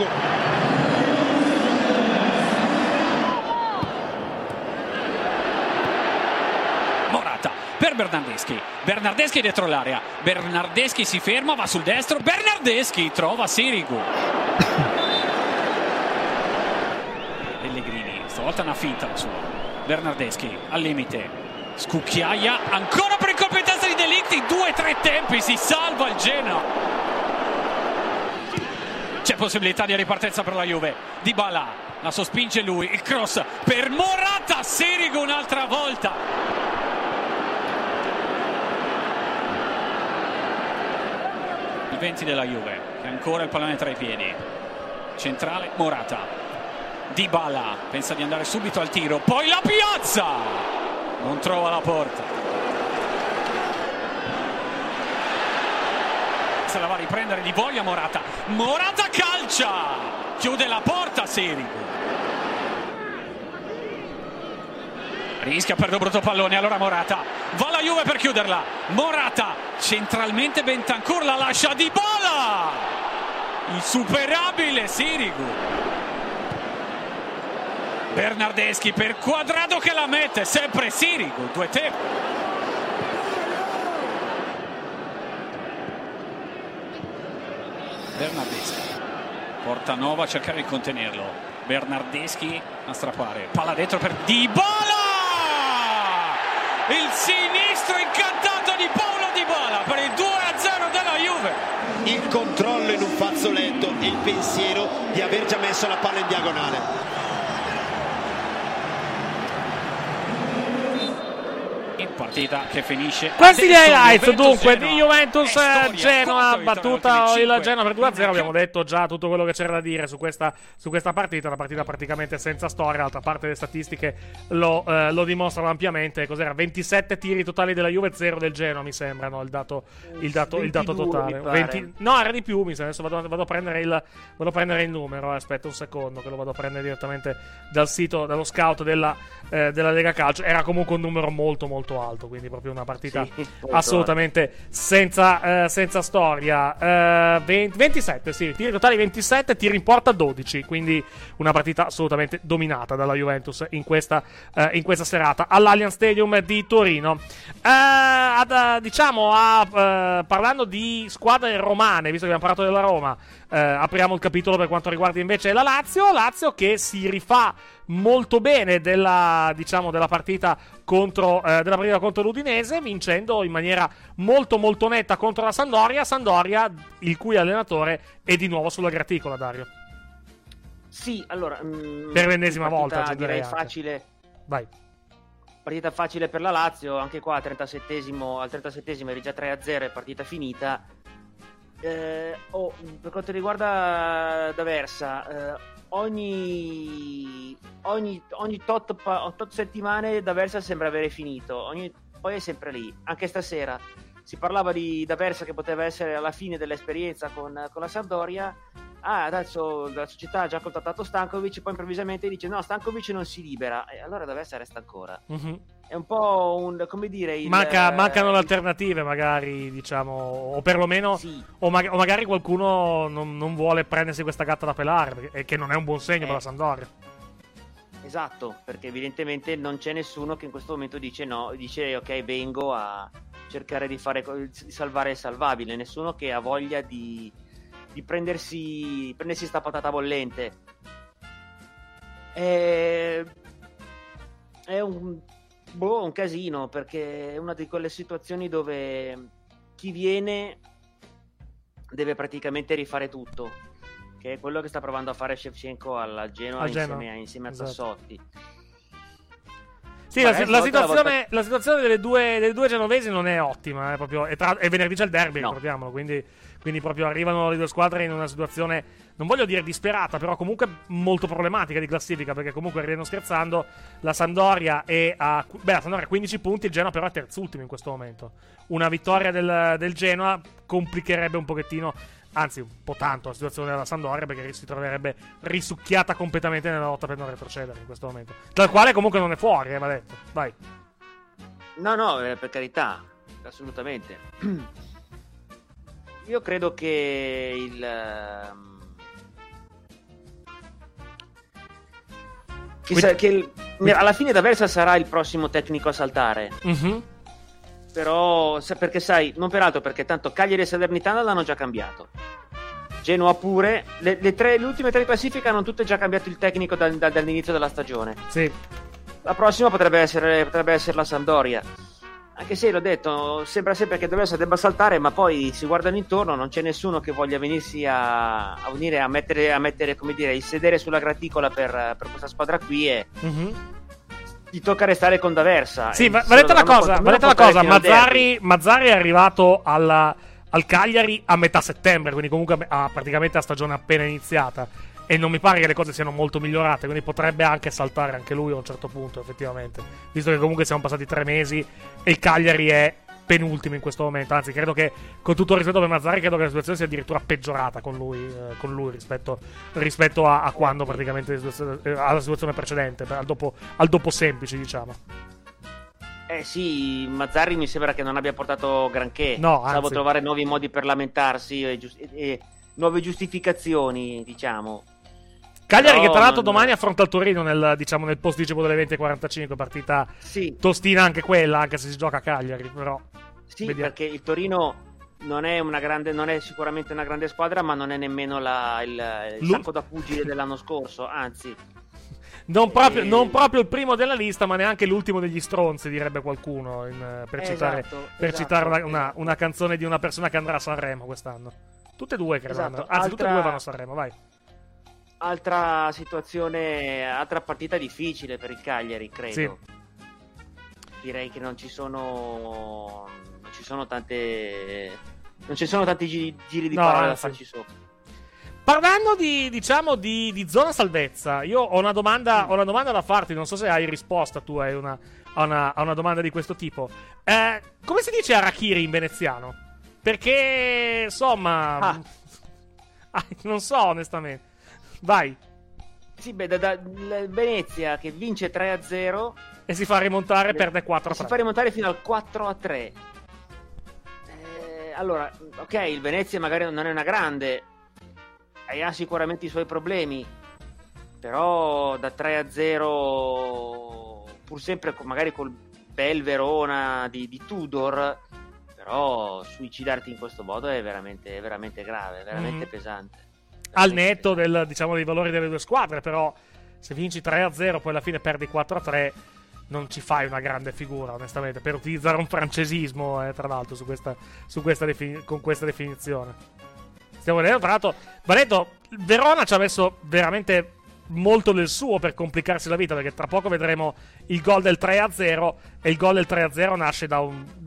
Per Bernardeschi dietro l'area, Bernardeschi si ferma, va sul destro, Bernardeschi trova Sirigu. Pellegrini, stavolta una finta la sua, Bernardeschi al limite, scucchiaia, ancora per incompetenza di De Ligt, in 2-3 tempi si salva il Genoa. C'è possibilità di ripartenza per la Juve, Dybala la sospinge lui, il cross per Morata, Sirigu un'altra volta. Il 20 della Juve, che ancora il pallone tra i piedi, centrale Morata, Dybala pensa di andare subito al tiro, poi la piazza, non trova la porta, se la va a riprendere di voglia Morata, calcia, chiude la porta Sirigu. rischia, perde un brutto pallone, allora Morata, va la Juve per chiuderla, Morata, centralmente Bentancur la lascia a Dybala, insuperabile Sirigu, Bernardeschi per Quadrado che la mette, sempre Sirigu, 2 tempi. Bernardeschi, Portanova a cercare di contenerlo, Bernardeschi a strappare, palla dentro per Dybala, il sinistro incantato di Paulo Dybala per il 2-0 della Juve. Il controllo in un fazzoletto e il pensiero di aver già messo la palla in diagonale. Partita che finisce. Questi gli highlights dunque di Juventus Genoa, battuta il Genoa per 2-0. Abbiamo detto già tutto quello che c'era da dire su questa partita, una partita praticamente senza storia. D'altra parte le statistiche lo dimostrano ampiamente. Cos'era? 27 tiri totali della Juve, 0 del Genoa, mi sembra, no? Il dato totale. 20, no, era di più, mi sembra. Adesso vado a prendere il numero. Aspetta un secondo che lo vado a prendere direttamente dal sito, dallo scout della Lega Calcio. Era comunque un numero molto molto alto, quindi proprio una partita assolutamente senza storia. 27, sì, tiri totali 27, tiri in porta 12, quindi una partita assolutamente dominata dalla Juventus in questa serata all'Allianz Stadium di Torino. Parlando di squadre romane, visto che abbiamo parlato della Roma, apriamo il capitolo per quanto riguarda invece la Lazio che si rifà molto bene della partita contro l'Udinese, vincendo in maniera molto molto netta contro la Sampdoria, il cui allenatore è di nuovo sulla graticola, Dario. Sì, allora per l'ennesima volta direi facile. Vai. Partita facile per la Lazio, anche qua al 37esimo eri già 3-0 e partita finita. Per quanto riguarda D'Aversa, ogni tot settimane D'Aversa sembra avere finito, poi è sempre lì. Anche stasera si parlava di D'Aversa che poteva essere alla fine dell'esperienza con la Sampdoria. Adesso la società ha già contattato Stankovic, poi improvvisamente dice no, Stankovic non si libera, e allora D'Aversa resta ancora. È un po' come dire mancano le alternative, magari, diciamo, o perlomeno sì. o magari qualcuno non vuole prendersi questa gatta da pelare, che non è un buon segno per la Sampdoria. Esatto, perché evidentemente non c'è nessuno che in questo momento dice ok, vengo a cercare di salvare il salvabile, nessuno che ha voglia di prendersi sta patata bollente. È un casino, perché è una di quelle situazioni dove chi viene deve praticamente rifare tutto, che è quello che sta provando a fare Shevchenko alla Genoa insieme a Tassotti. Sì, la situazione delle due genovesi non è ottima, e venerdì c'è il derby, ricordiamolo, quindi proprio arrivano le due squadre in una situazione, non voglio dire disperata, però comunque molto problematica di classifica, perché comunque, ridendo scherzando, la Sampdoria ha 15 punti, il Genoa però è terzultimo in questo momento. Una vittoria del Genoa complicherebbe un pochettino, anzi un po' tanto, la situazione della Sampdoria, perché si troverebbe risucchiata completamente nella lotta per non retrocedere in questo momento, dal quale comunque non è fuori, va detto. Vai. No, per carità, assolutamente. Io credo che alla fine D'Aversa sarà il prossimo tecnico a saltare. Però perché sai, non peraltro, perché tanto Cagliari e Salernitana l'hanno già cambiato, Genoa pure, le ultime tre classifiche hanno tutte già cambiato il tecnico dall'inizio della stagione. Sì. La prossima potrebbe essere la Sampdoria, anche se l'ho detto, sembra sempre che D'Aversa debba saltare, ma poi si guardano intorno, non c'è nessuno che voglia venirsi a mettere come dire, il sedere sulla graticola per questa squadra qui, e ti tocca restare con D'Aversa. Sì, va detto una cosa, Mazzarri è arrivato al Cagliari a metà settembre, quindi comunque praticamente a stagione appena iniziata, e non mi pare che le cose siano molto migliorate, quindi potrebbe anche saltare anche lui a un certo punto, effettivamente, visto che comunque siamo passati 3 mesi e il Cagliari è penultimo in questo momento. Anzi, credo che, con tutto il rispetto per Mazzarri, credo che la situazione sia addirittura peggiorata con lui rispetto a quando praticamente alla situazione precedente, al dopo semplice, diciamo. Sì, Mazzarri mi sembra che non abbia portato granché. No, Salvo trovare nuovi modi per lamentarsi e nuove giustificazioni, diciamo. Cagliari che tra l'altro domani affronta il Torino nel posticipo delle 20:45, partita tostina anche quella, anche se si gioca a Cagliari, però. Sì, perché il Torino non è sicuramente una grande squadra, ma non è nemmeno il sacco da pugile dell'anno scorso, anzi. Non proprio il primo della lista, ma neanche l'ultimo degli stronzi, direbbe qualcuno, per citare una canzone di una persona che andrà a Sanremo quest'anno. Tutte e due, credo. Esatto. Anzi, tutte e due vanno a Sanremo, vai. Altra situazione, altra partita difficile per il Cagliari, credo. Sì. Direi che non ci sono tanti giri di parole da farci sopra. Parlando di zona salvezza, io ho una domanda da farti, non so se hai risposta, tu hai a una domanda di questo tipo. Come si dice Harakiri in veneziano? Perché, insomma, non so onestamente. Vai. Sì, da Venezia che vince 3-0 e si fa rimontare, perde 4-3. Si fa rimontare fino al 4-3. Allora, ok, il Venezia magari non è una grande, ha sicuramente i suoi problemi, però da 3-0, pur sempre magari col bel Verona di Tudor, però suicidarti in questo modo è veramente, veramente grave, veramente pesante. Al netto dei valori delle due squadre, però se vinci 3-0 poi alla fine perdi 4-3, non ci fai una grande figura, onestamente, per utilizzare un francesismo, tra l'altro, con questa definizione. Stiamo vedendo, tra l'altro, va detto, Verona ci ha messo veramente molto del suo per complicarsi la vita, perché tra poco vedremo il gol del 3-0, e il gol del 3-0 nasce da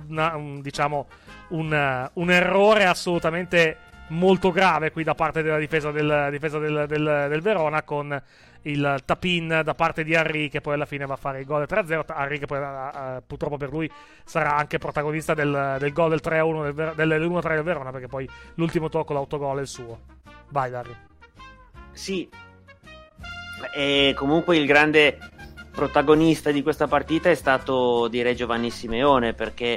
un errore assolutamente molto grave qui da parte della difesa del Verona, con il tap-in da parte di Henry, che poi alla fine va a fare il gol del 3-0. Henry che poi purtroppo per lui sarà anche protagonista del gol del 3-1 dell'1-3 del Verona, perché poi l'ultimo tocco, l'autogol è il suo. Vai Dario. Sì, e comunque il grande protagonista di questa partita è stato, direi, Giovanni Simeone, perché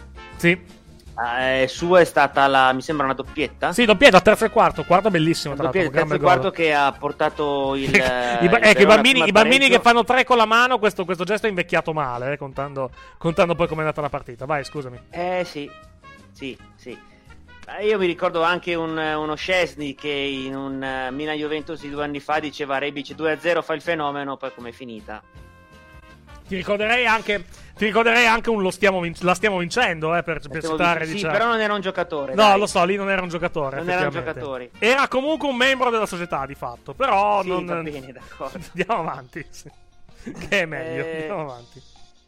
sua è stata mi sembra una doppietta. Sì, doppietta, terzo e quarto bellissimo, tra l'altro, terzo e quarto che ha portato i bambini che fanno 3 con la mano, questo gesto è invecchiato male, contando poi com'è andata la partita. Vai, scusami. Sì. Io mi ricordo anche uno Szczesny che in un Milan-Juventus di 2 anni fa diceva a Rebic 2-0 fa il fenomeno, poi com'è finita. Ti ricorderei anche un la stiamo vincendo, per citare, sì, diciamo. Però non era un giocatore. No, lo so, lì non era un giocatore. Non era un giocatore. Era comunque un membro della società, di fatto. Però sì, va bene, d'accordo. Andiamo avanti. Sì. Che è meglio, andiamo avanti.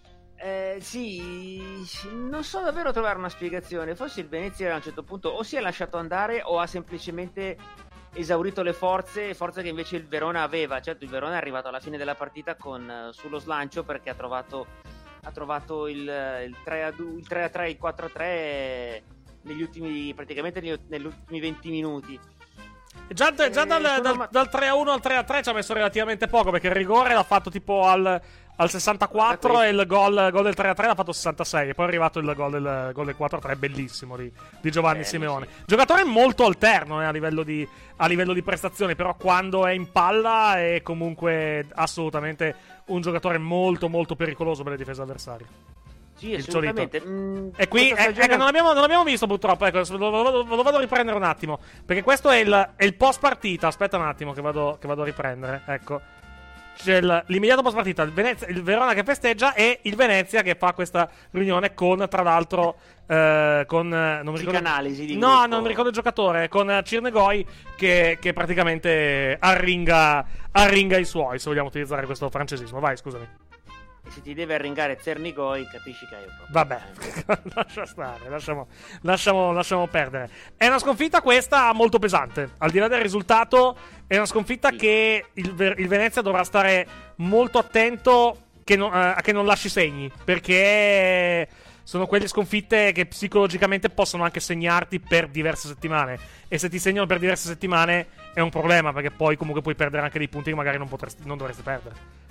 Sì, non so davvero trovare una spiegazione. Forse il Venezia a un certo punto o si è lasciato andare o ha semplicemente esaurito le forze che invece il Verona aveva. Certo, il Verona è arrivato alla fine della partita sullo slancio, perché ha trovato il 3-2, il 3-3, il 4-3 negli ultimi 20 minuti. Già dal 3-1 al 3-3 ci ha messo relativamente poco, perché il rigore l'ha fatto tipo al 64 e il gol del 3-3 l'ha fatto 66, e poi è arrivato il gol del 4-3 bellissimo di Giovanni Simeone. Sì. Giocatore molto alterno a livello di prestazioni, però quando è in palla è comunque assolutamente un giocatore molto molto pericoloso per le difese avversarie. Sì, assolutamente. E qui non abbiamo visto purtroppo, ecco, lo vado a riprendere un attimo, perché questo è il post partita. Aspetta un attimo che vado a riprendere, ecco. C'è l'immediato post partita, il Verona che festeggia e il Venezia che fa questa riunione con, tra l'altro, non mi ricordo non mi ricordo il giocatore, con Cirnegoi che praticamente arringa i suoi, se vogliamo utilizzare questo francesismo. Vai, scusami. E se ti deve arringare Cernigoi, capisci che hai un problema. Vabbè, lascia stare, lasciamo perdere. È una sconfitta questa molto pesante. Al di là del risultato, è una sconfitta che il Venezia dovrà stare molto attento a che non lasci segni, perché sono quelle sconfitte che psicologicamente possono anche segnarti per diverse settimane, e se ti segnano per diverse settimane è un problema, perché poi comunque puoi perdere anche dei punti che magari non dovresti perdere.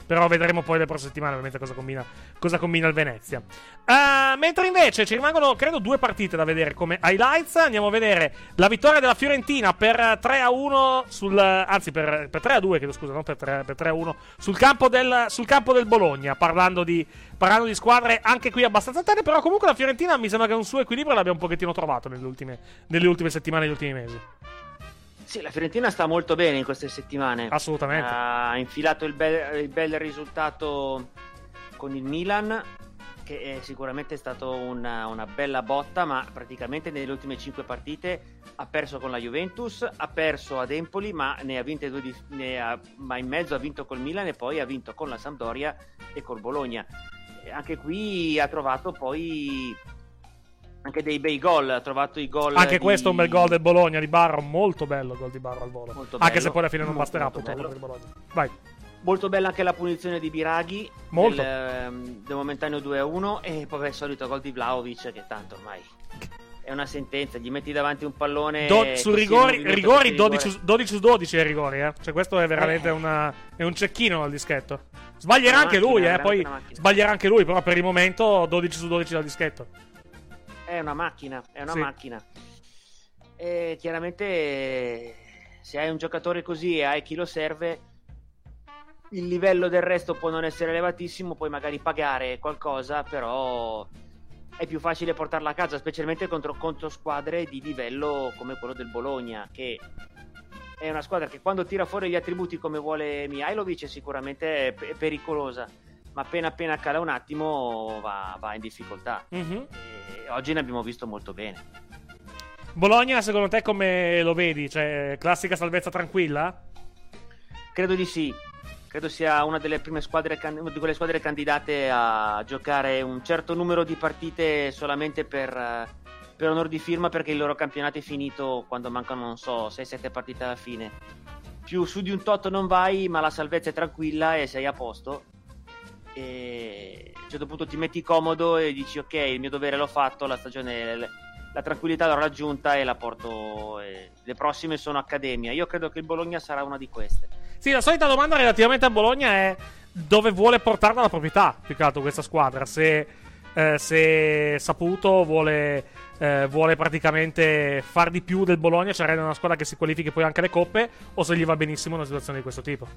Però vedremo poi le prossime settimane ovviamente cosa combina il Venezia. Mentre invece ci rimangono credo 2 partite da vedere come highlights. Andiamo a vedere la vittoria della Fiorentina per 3-1 per 3-2, chiedo scusa, non per 3-1 sul campo del Bologna, parlando di squadre anche qui abbastanza tante. Però comunque la Fiorentina mi sembra che un suo equilibrio l'abbia un pochettino trovato nelle ultime settimane, negli ultimi mesi. Sì, la Fiorentina sta molto bene in queste settimane. Assolutamente. Ha infilato il bel risultato con il Milan, che è sicuramente stato una bella botta, ma praticamente nelle ultime 5 partite ha perso con la Juventus, ha perso ad Empoli, ma ne ha vinte 2 ma in mezzo ha vinto col Milan e poi ha vinto con la Sampdoria e col Bologna. E anche qui ha trovato poi anche dei bei gol, ha trovato i gol. Anche questo è un bel gol del Bologna di Barro, molto bello il gol di Barro al volo. Anche se poi alla fine non basterà purtroppo per il Bologna. Vai. Molto bella anche la punizione di Biraghi del momentaneo 2-1 e poi il solito gol di Vlahovic, che tanto ormai è una sentenza, gli metti davanti un pallone su rigori 12 su 12 ai rigori, Cioè questo è veramente è un cecchino al dischetto. Sbaglierà anche lui, poi sbaglierà anche lui, però per il momento 12 su 12 dal dischetto. È una macchina. E chiaramente se hai un giocatore così e hai chi lo serve, il livello del resto può non essere elevatissimo, puoi magari pagare qualcosa, però è più facile portarla a casa, specialmente contro squadre di livello come quello del Bologna, che è una squadra che quando tira fuori gli attributi come vuole Mihajlovic sicuramente è pericolosa, ma appena cala un attimo va in difficoltà. E oggi ne abbiamo visto molto bene. Bologna, secondo te come lo vedi? Cioè, classica salvezza tranquilla? Credo di sì. Credo sia una delle prime squadre, di quelle squadre candidate a giocare un certo numero di partite solamente per onor di firma, perché il loro campionato è finito quando mancano, non so, 6-7 partite alla fine. Più su di un tot non vai, ma la salvezza è tranquilla e sei a posto. E a un certo punto ti metti comodo e dici ok, il mio dovere l'ho fatto, la stagione, la tranquillità l'ho raggiunta e la porto. Le prossime sono accademia. Io credo che il Bologna sarà una di queste. Sì, la solita domanda relativamente a Bologna è dove vuole portarla la proprietà, più che altro questa squadra. Se Saputo vuole praticamente far di più del Bologna, cioè rendere una squadra che si qualifichi poi anche alle coppe, o se gli va benissimo una situazione di questo tipo.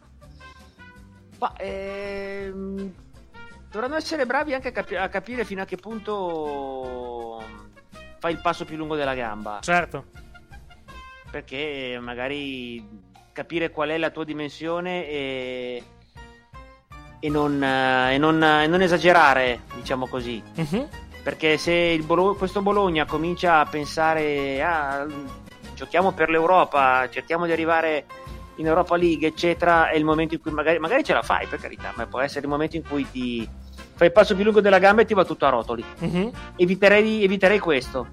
Ma dovranno essere bravi anche a capire fino a che punto fai il passo più lungo della gamba. Certo. Perché magari capire qual è la tua dimensione e non esagerare, diciamo così. Perché se questo Bologna comincia a pensare giochiamo per l'Europa, cerchiamo di arrivare in Europa League, eccetera, è il momento in cui magari ce la fai, per carità, ma può essere il momento in cui ti fai il passo più lungo della gamba e ti va tutto a rotoli. Eviterei questo.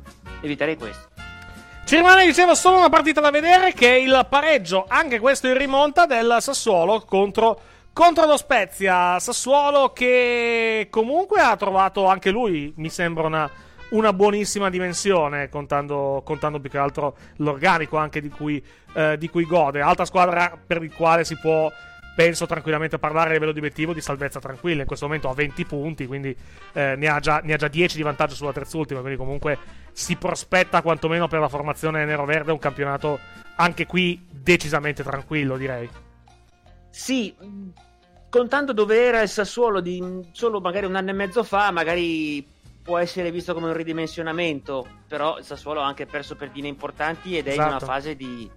Ci rimane, dicevo, solo una partita da vedere, che è il pareggio, anche questo in rimonta, del Sassuolo contro lo Spezia. Sassuolo che comunque ha trovato anche lui, mi sembra, una buonissima dimensione, contando più che altro l'organico anche di cui gode. Altra squadra per il quale si può, penso, tranquillamente parlare a livello di obiettivo di salvezza tranquilla. In questo momento ha 20 punti, quindi ne ha già 10 di vantaggio sulla terzultima, quindi comunque si prospetta quantomeno per la formazione nero-verde un campionato anche qui decisamente tranquillo, direi. Sì, contando dove era il Sassuolo di solo magari un anno e mezzo fa, magari può essere visto come un ridimensionamento, però il Sassuolo ha anche perso per importanti ed è in una fase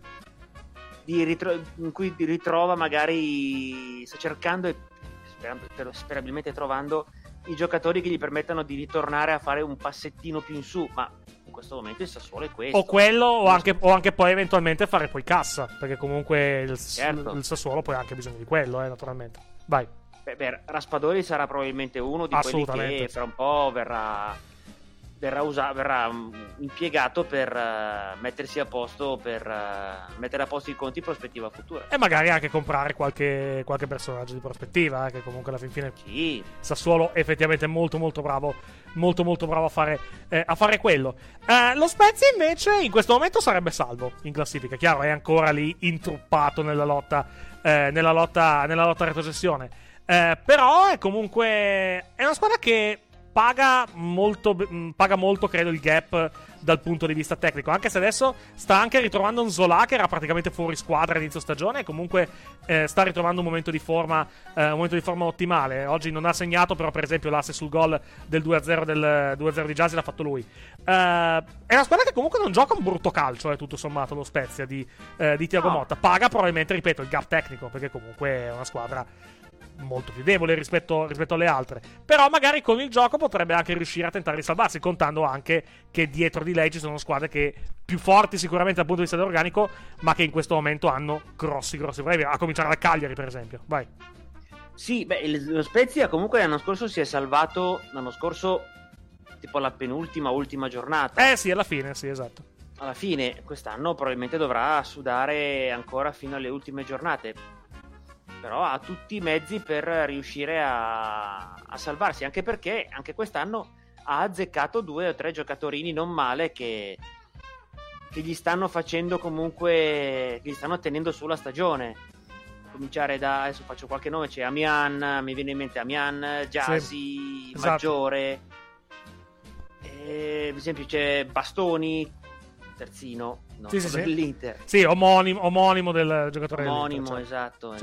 in cui ritrova, magari sta cercando e sperabilmente trovando i giocatori che gli permettano di ritornare a fare un passettino più in su, ma in questo momento il Sassuolo è questo. O quello, o anche poi eventualmente fare poi cassa, perché comunque il Sassuolo poi ha anche bisogno di quello, naturalmente. Vai. Raspadori sarà probabilmente uno di quelli che fra un po' verrà impiegato per mettersi a posto, per mettere a posto i conti in prospettiva futura. E magari anche comprare qualche personaggio di prospettiva, che comunque alla fine Sassuolo è effettivamente molto molto bravo a fare quello. Lo Spezia invece in questo momento sarebbe salvo in classifica, chiaro, è ancora lì intruppato nella lotta retrocessione. Però è comunque è una squadra che paga molto, credo, il gap dal punto di vista tecnico, anche se adesso sta anche ritrovando un Zola che era praticamente fuori squadra all'inizio stagione e comunque sta ritrovando un momento di forma ottimale. Oggi non ha segnato, però per esempio l'asse sul gol del 2-0 del 2-0 di Jazzy l'ha fatto lui. È una squadra che comunque non gioca un brutto calcio, tutto sommato, lo Spezia di Thiago Motta. Paga probabilmente, ripeto, il gap tecnico, perché comunque è una squadra molto più debole rispetto alle altre, però magari con il gioco potrebbe anche riuscire a tentare di salvarsi, contando anche che dietro di lei ci sono squadre che più forti sicuramente dal punto di vista dell'organico, ma che in questo momento hanno grossi problemi, a cominciare dal Cagliari per esempio. Vai. Sì, lo Spezia comunque l'anno scorso si è salvato, tipo alla ultima giornata. Sì, alla fine, sì, esatto. Alla fine, quest'anno probabilmente dovrà sudare ancora fino alle ultime giornate, però ha tutti i mezzi per riuscire a salvarsi, anche perché anche quest'anno ha azzeccato 2 o 3 giocatorini non male che gli stanno facendo comunque, che gli stanno tenendo sulla stagione. A cominciare da, adesso faccio qualche nome, c'è Amian, mi viene in mente Amian, Jazzy, sì, esatto. Maggiore, per esempio c'è Bastoni, terzino, dell'Inter. Sì, omonimo del giocatore omonimo, dell'Inter, esatto.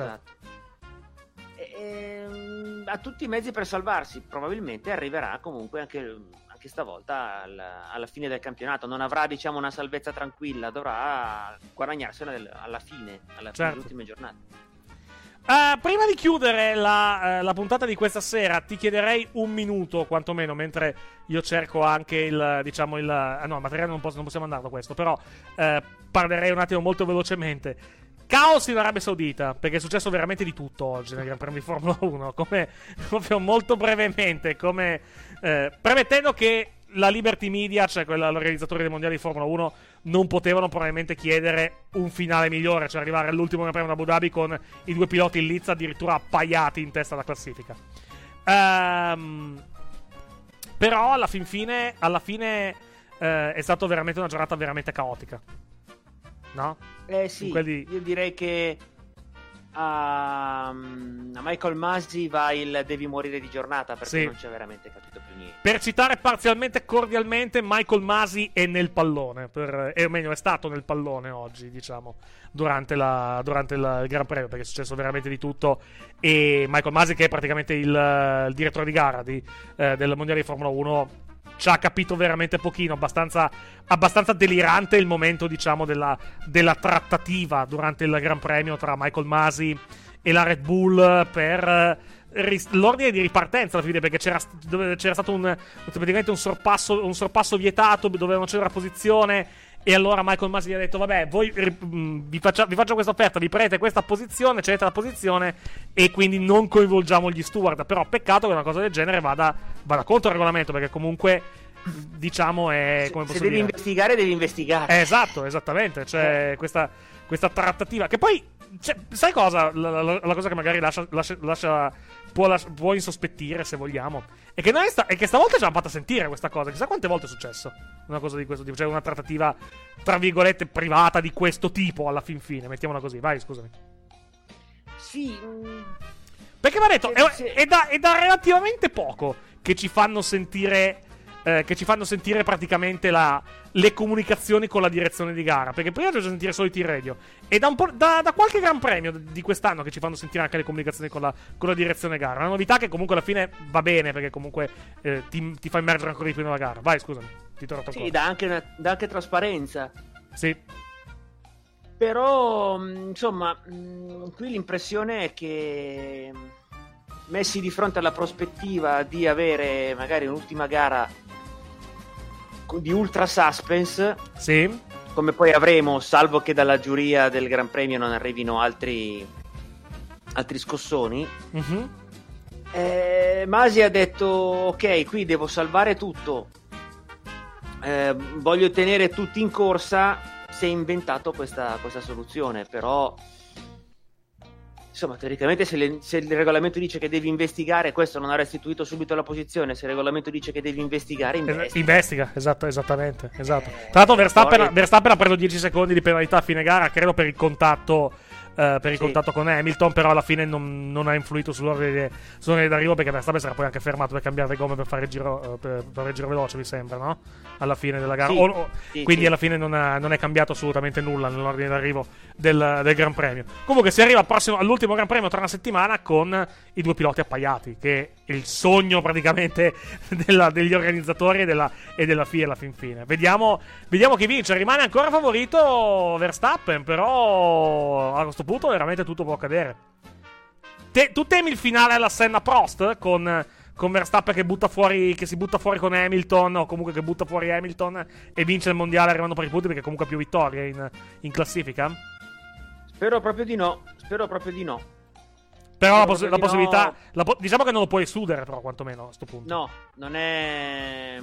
Ha tutti i mezzi per salvarsi, probabilmente arriverà comunque anche stavolta alla fine del campionato. Non avrà, diciamo, una salvezza tranquilla, dovrà guadagnarsela alla fine, fine delle ultime giornate. Prima di chiudere la puntata di questa sera, ti chiederei un minuto quantomeno, mentre io cerco anche materiale non possiamo andare da questo, però parlerei un attimo molto velocemente. Caos in Arabia Saudita, perché è successo veramente di tutto oggi nel Gran Premio di Formula 1, come proprio molto brevemente, premettendo che la Liberty Media, cioè l'organizzatore dei mondiali di Formula 1, non potevano probabilmente chiedere un finale migliore, cioè arrivare all'ultimo Gran Premio di Abu Dhabi con i 2 piloti in lizza addirittura appaiati in testa alla classifica. Però alla fine è stata veramente una giornata veramente caotica, no? Sì, io direi che a Michael Masi va il devi morire di giornata, perché non c'è veramente capito più niente. Per citare parzialmente cordialmente, Michael Masi è nel pallone, o meglio è stato nel pallone oggi, diciamo, durante il Gran Premio, perché è successo veramente di tutto. E Michael Masi, che è praticamente il direttore di gara del mondiale di Formula 1, ci ha capito veramente pochino. Abbastanza delirante il momento, diciamo, della trattativa durante il Gran Premio tra Michael Masi e la Red Bull per l'ordine di ripartenza alla fine, perché c'era stato praticamente un sorpasso vietato, dovevano cedere la posizione. E allora Michael Masi gli ha detto: vabbè, voi vi faccio questa offerta, vi prendete questa posizione, cedete la posizione e quindi non coinvolgiamo gli steward. Però peccato che una cosa del genere vada contro il regolamento, perché comunque, diciamo, è come posso dire, devi investigare, devi investigare. Esatto, esattamente. C'è questa trattativa che poi, sai cosa? La cosa che magari può insospettire, se vogliamo, è che stavolta ci hanno fatto sentire questa cosa. Chissà quante volte è successo una cosa di questo tipo, cioè una trattativa tra virgolette privata di questo tipo alla fin fine, mettiamola così. Vai, scusami. Sì, perché mi ha detto è da relativamente poco che ci fanno sentire praticamente le comunicazioni con la direzione di gara, perché prima ci facevano sentire solo i radio, e da qualche Gran Premio di quest'anno che ci fanno sentire anche le comunicazioni con la direzione gara. Una novità che comunque alla fine va bene, perché comunque ti fa immergere ancora di più nella gara. Vai, scusami, ti torno ancora. Sì, dà anche trasparenza. Sì. Però, insomma, qui l'impressione è che, messi di fronte alla prospettiva di avere magari un'ultima gara di ultra suspense, sì, come poi avremo, salvo che dalla giuria del Gran Premio non arrivino altri scossoni, Masi ha detto: ok, qui devo salvare tutto, voglio tenere tutti in corsa. Si è inventato questa soluzione, però insomma, teoricamente se il regolamento dice che devi investigare, questo non ha restituito subito la posizione. Se il regolamento dice che devi investigare, investiga. Esattamente. Tra l'altro Verstappen ha preso 10 secondi di penalità a fine gara, credo per il contatto per il contatto con Hamilton, però alla fine non ha influito sull'ordine d'arrivo, perché Verstappen sarà poi anche fermato per cambiare le gomme per fare il giro, per fare il giro veloce, mi sembra, no? Alla fine della gara, quindi alla fine non è cambiato assolutamente nulla nell'ordine d'arrivo del Gran Premio. Comunque si arriva all'ultimo Gran Premio tra una settimana con i 2 piloti appaiati, che è il sogno praticamente degli organizzatori e della FIA alla fin fine. Vediamo chi vince. Rimane ancora favorito Verstappen, però a questo punto veramente tutto può accadere. Tu temi il finale alla Senna-Prost con Verstappen che si butta fuori con Hamilton, o comunque che butta fuori Hamilton e vince il mondiale arrivando per i punti, perché comunque ha più vittorie in classifica? Spero proprio di no. Però la possibilità, diciamo che non lo puoi escludere, però quantomeno a questo punto. No, non è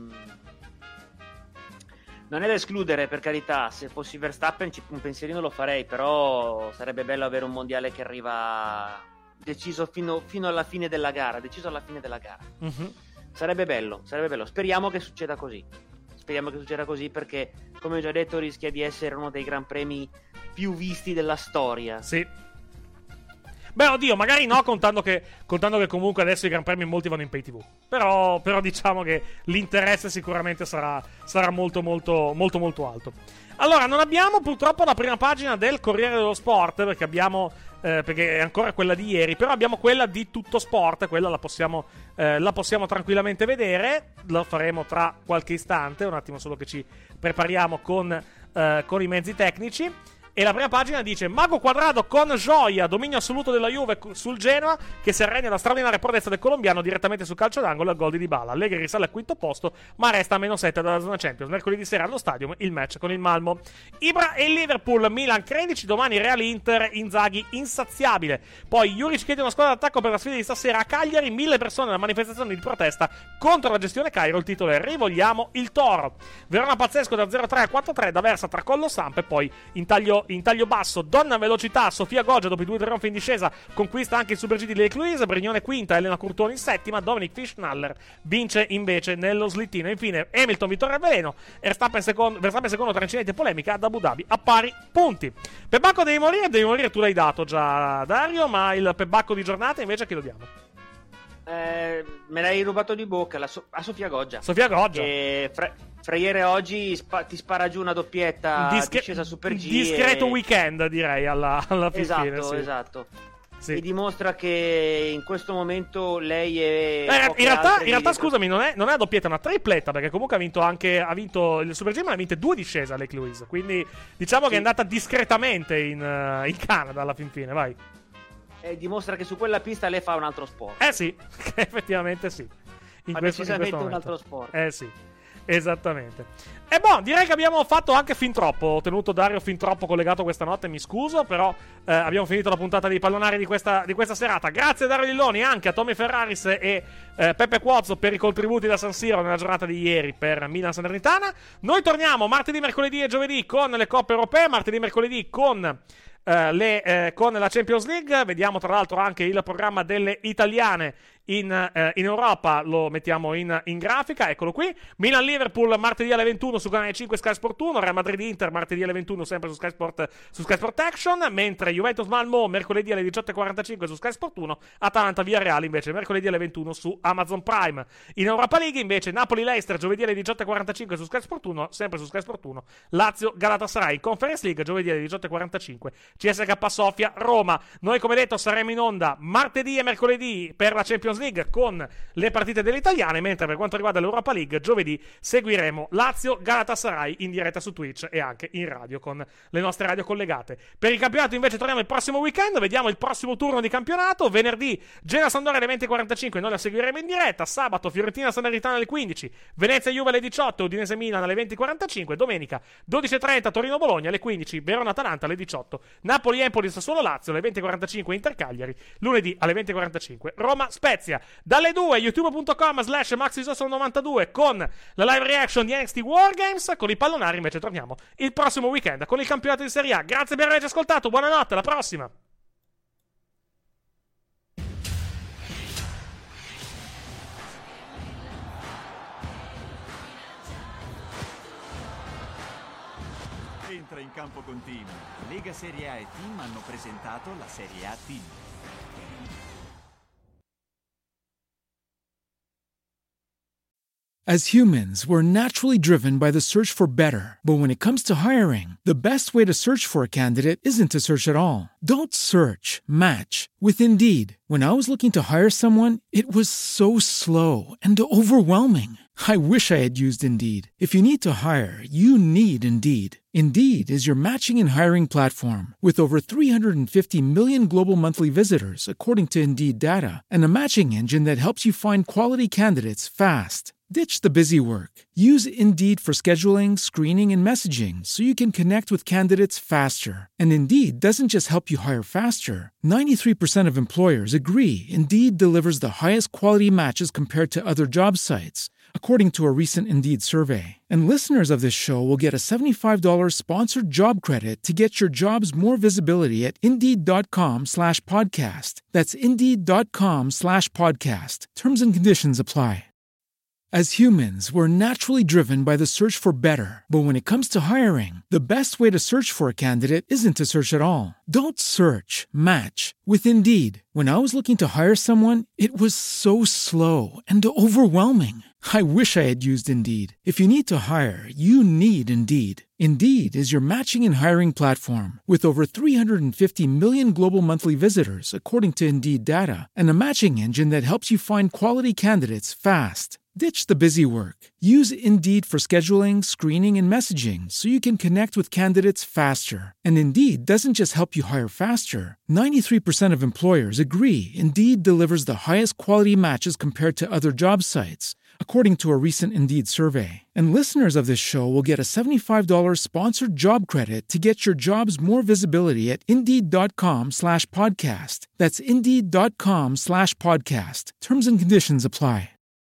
da escludere, per carità. Se fossi Verstappen un pensierino lo farei, però sarebbe bello avere un mondiale che arriva deciso fino alla fine della gara, Mm-hmm. Sarebbe bello. Speriamo che succeda così, perché, come ho già detto, rischia di essere uno dei gran premi più visti della storia. Sì. Beh, oddio, magari no, contando che comunque adesso i Gran Premi molti vanno in pay TV. Però diciamo che l'interesse sicuramente sarà molto molto molto molto alto. Allora, non abbiamo purtroppo la prima pagina del Corriere dello Sport, perché è ancora quella di ieri, però abbiamo quella di Tutto Sport, quella la possiamo tranquillamente vedere. Lo faremo tra qualche istante, un attimo solo che ci prepariamo con i mezzi tecnici. E la prima pagina dice: Mago Quadrado con gioia, dominio assoluto della Juve sul Genoa, che si arrende alla straordinaria prodezza del colombiano direttamente sul calcio d'angolo al gol di Dybala. Allegri risale al quinto posto, ma resta a -7 dalla zona Champions. Mercoledì sera allo Stadium il match con il Malmo. Ibra e Liverpool, Milan 13, domani Real Inter, Inzaghi insaziabile. Poi Juric chiede una squadra d'attacco per la sfida di stasera a Cagliari, 1000 persone alla manifestazione di protesta contro la gestione Cairo. Il titolo è Rivogliamo il Toro. Verona pazzesco da 0-3 a 4-3 da Versa tra Collo Samp, e poi in taglio basso donna velocità Sofia Goggia, dopo i 2 trionfi in discesa, conquista anche il Super G di Lake Louise. Brignone quinta, Elena Curtoni settima, Dominic Fischnaller vince invece nello slittino. Infine Hamilton vittoria al veleno, Verstappen secondo tra incidenti e polemica ad Abu Dhabi a pari punti. Pebacco devi morire, tu l'hai dato già, Dario, ma il pebacco di giornata invece chi lo diamo? Me l'hai rubato di bocca a Sofia Goggia. Che fra ieri e oggi ti spara giù una doppietta discesa Super G. Discreto weekend, direi, alla fine. Esatto. Sì. E dimostra che in questo momento lei è in realtà scusami, non è una doppietta, è una tripletta, perché comunque ha vinto il Super G, ma ha vinto 2 discese a Lake Louise, quindi diciamo che è andata discretamente in Canada alla fin fine, vai. Dimostra che su quella pista lei fa un altro sport. Sì, effettivamente sì. Decisamente un altro sport. Sì, esattamente. E direi che abbiamo fatto anche fin troppo. Ho tenuto Dario fin troppo collegato questa notte, mi scuso, però abbiamo finito la puntata dei pallonari di questa serata. Grazie a Dario Lilloni, anche a Tommy Ferraris e Peppe Cuozzo per i contributi da San Siro nella giornata di ieri per Milan-Salernitana. Noi torniamo martedì, mercoledì e giovedì con le coppe europee, martedì e mercoledì con la Champions League. Vediamo tra l'altro anche il programma delle italiane in Europa, lo mettiamo in grafica, eccolo qui. Milan-Liverpool martedì alle 21 su canale 5 Sky Sport 1, Real Madrid-Inter martedì alle 21 sempre su Sky Sport Action, mentre Juventus-Malmö mercoledì alle 18.45 su Sky Sport 1, Atalanta-Villarreal invece mercoledì alle 21 su Amazon Prime. In Europa League invece Napoli-Leicester giovedì alle 18.45 su Sky Sport 1, sempre su Sky Sport 1, Lazio-Galatasaray. Conference League giovedì alle 18.45 CSK Sofia-Roma. Noi, come detto, saremo in onda martedì e mercoledì per la Champions League con le partite delle italiane, mentre per quanto riguarda l'Europa League giovedì seguiremo Lazio-Galatasaray in diretta su Twitch e anche in radio con le nostre radio collegate. Per il campionato invece torniamo il prossimo weekend, vediamo il prossimo turno di campionato. Venerdì Genoa-Sampdoria alle 20.45, noi la seguiremo in diretta. Sabato Fiorentina-Salernitana alle 15, Venezia-Juve alle 18, Udinese-Milan alle 20.45, domenica 12.30 Torino-Bologna alle 15, Verona-Atalanta alle 18, Napoli-Empoli Sassuolo-Lazio alle 20.45, Inter-Cagliari lunedì alle 20.45, Roma-Spezia. Dalle 2 youtube.com/MaxISOSO92 con la live reaction di NXT Wargames. Con i pallonari invece torniamo il prossimo weekend con il campionato di Serie A. Grazie per averci ascoltato, buonanotte, alla prossima. entra in campo con Team. Lega Serie A e Team hanno presentato la Serie A Team. As humans, we're naturally driven by the search for better. But when it comes to hiring, the best way to search for a candidate isn't to search at all. Don't search, match with Indeed. When I was looking to hire someone, it was so slow and overwhelming. I wish I had used Indeed. If you need to hire, you need Indeed. Indeed is your matching and hiring platform with over 350 million global monthly visitors, according to Indeed data, and a matching engine that helps you find quality candidates fast. Ditch the busy work. Use Indeed for scheduling, screening, and messaging so you can connect with candidates faster. And Indeed doesn't just help you hire faster. 93% of employers agree Indeed delivers the highest quality matches compared to other job sites, according to a recent Indeed survey. And listeners of this show will get a $75 sponsored job credit to get your jobs more visibility at Indeed.com/podcast. That's Indeed.com/podcast. Terms and conditions apply. As humans, we're naturally driven by the search for better. But when it comes to hiring, the best way to search for a candidate isn't to search at all. Don't search, match with Indeed. When I was looking to hire someone, it was so slow and overwhelming. I wish I had used Indeed. If you need to hire, you need Indeed. Indeed is your matching and hiring platform with over 350 million global monthly visitors, according to Indeed data, and a matching engine that helps you find quality candidates fast. Ditch the busy work. Use Indeed for scheduling, screening, and messaging so you can connect with candidates faster. And Indeed doesn't just help you hire faster. 93% of employers agree Indeed delivers the highest quality matches compared to other job sites, according to a recent Indeed survey. And listeners of this show will get a $75 sponsored job credit to get your jobs more visibility at Indeed.com/podcast. That's Indeed.com/podcast. Terms and conditions apply.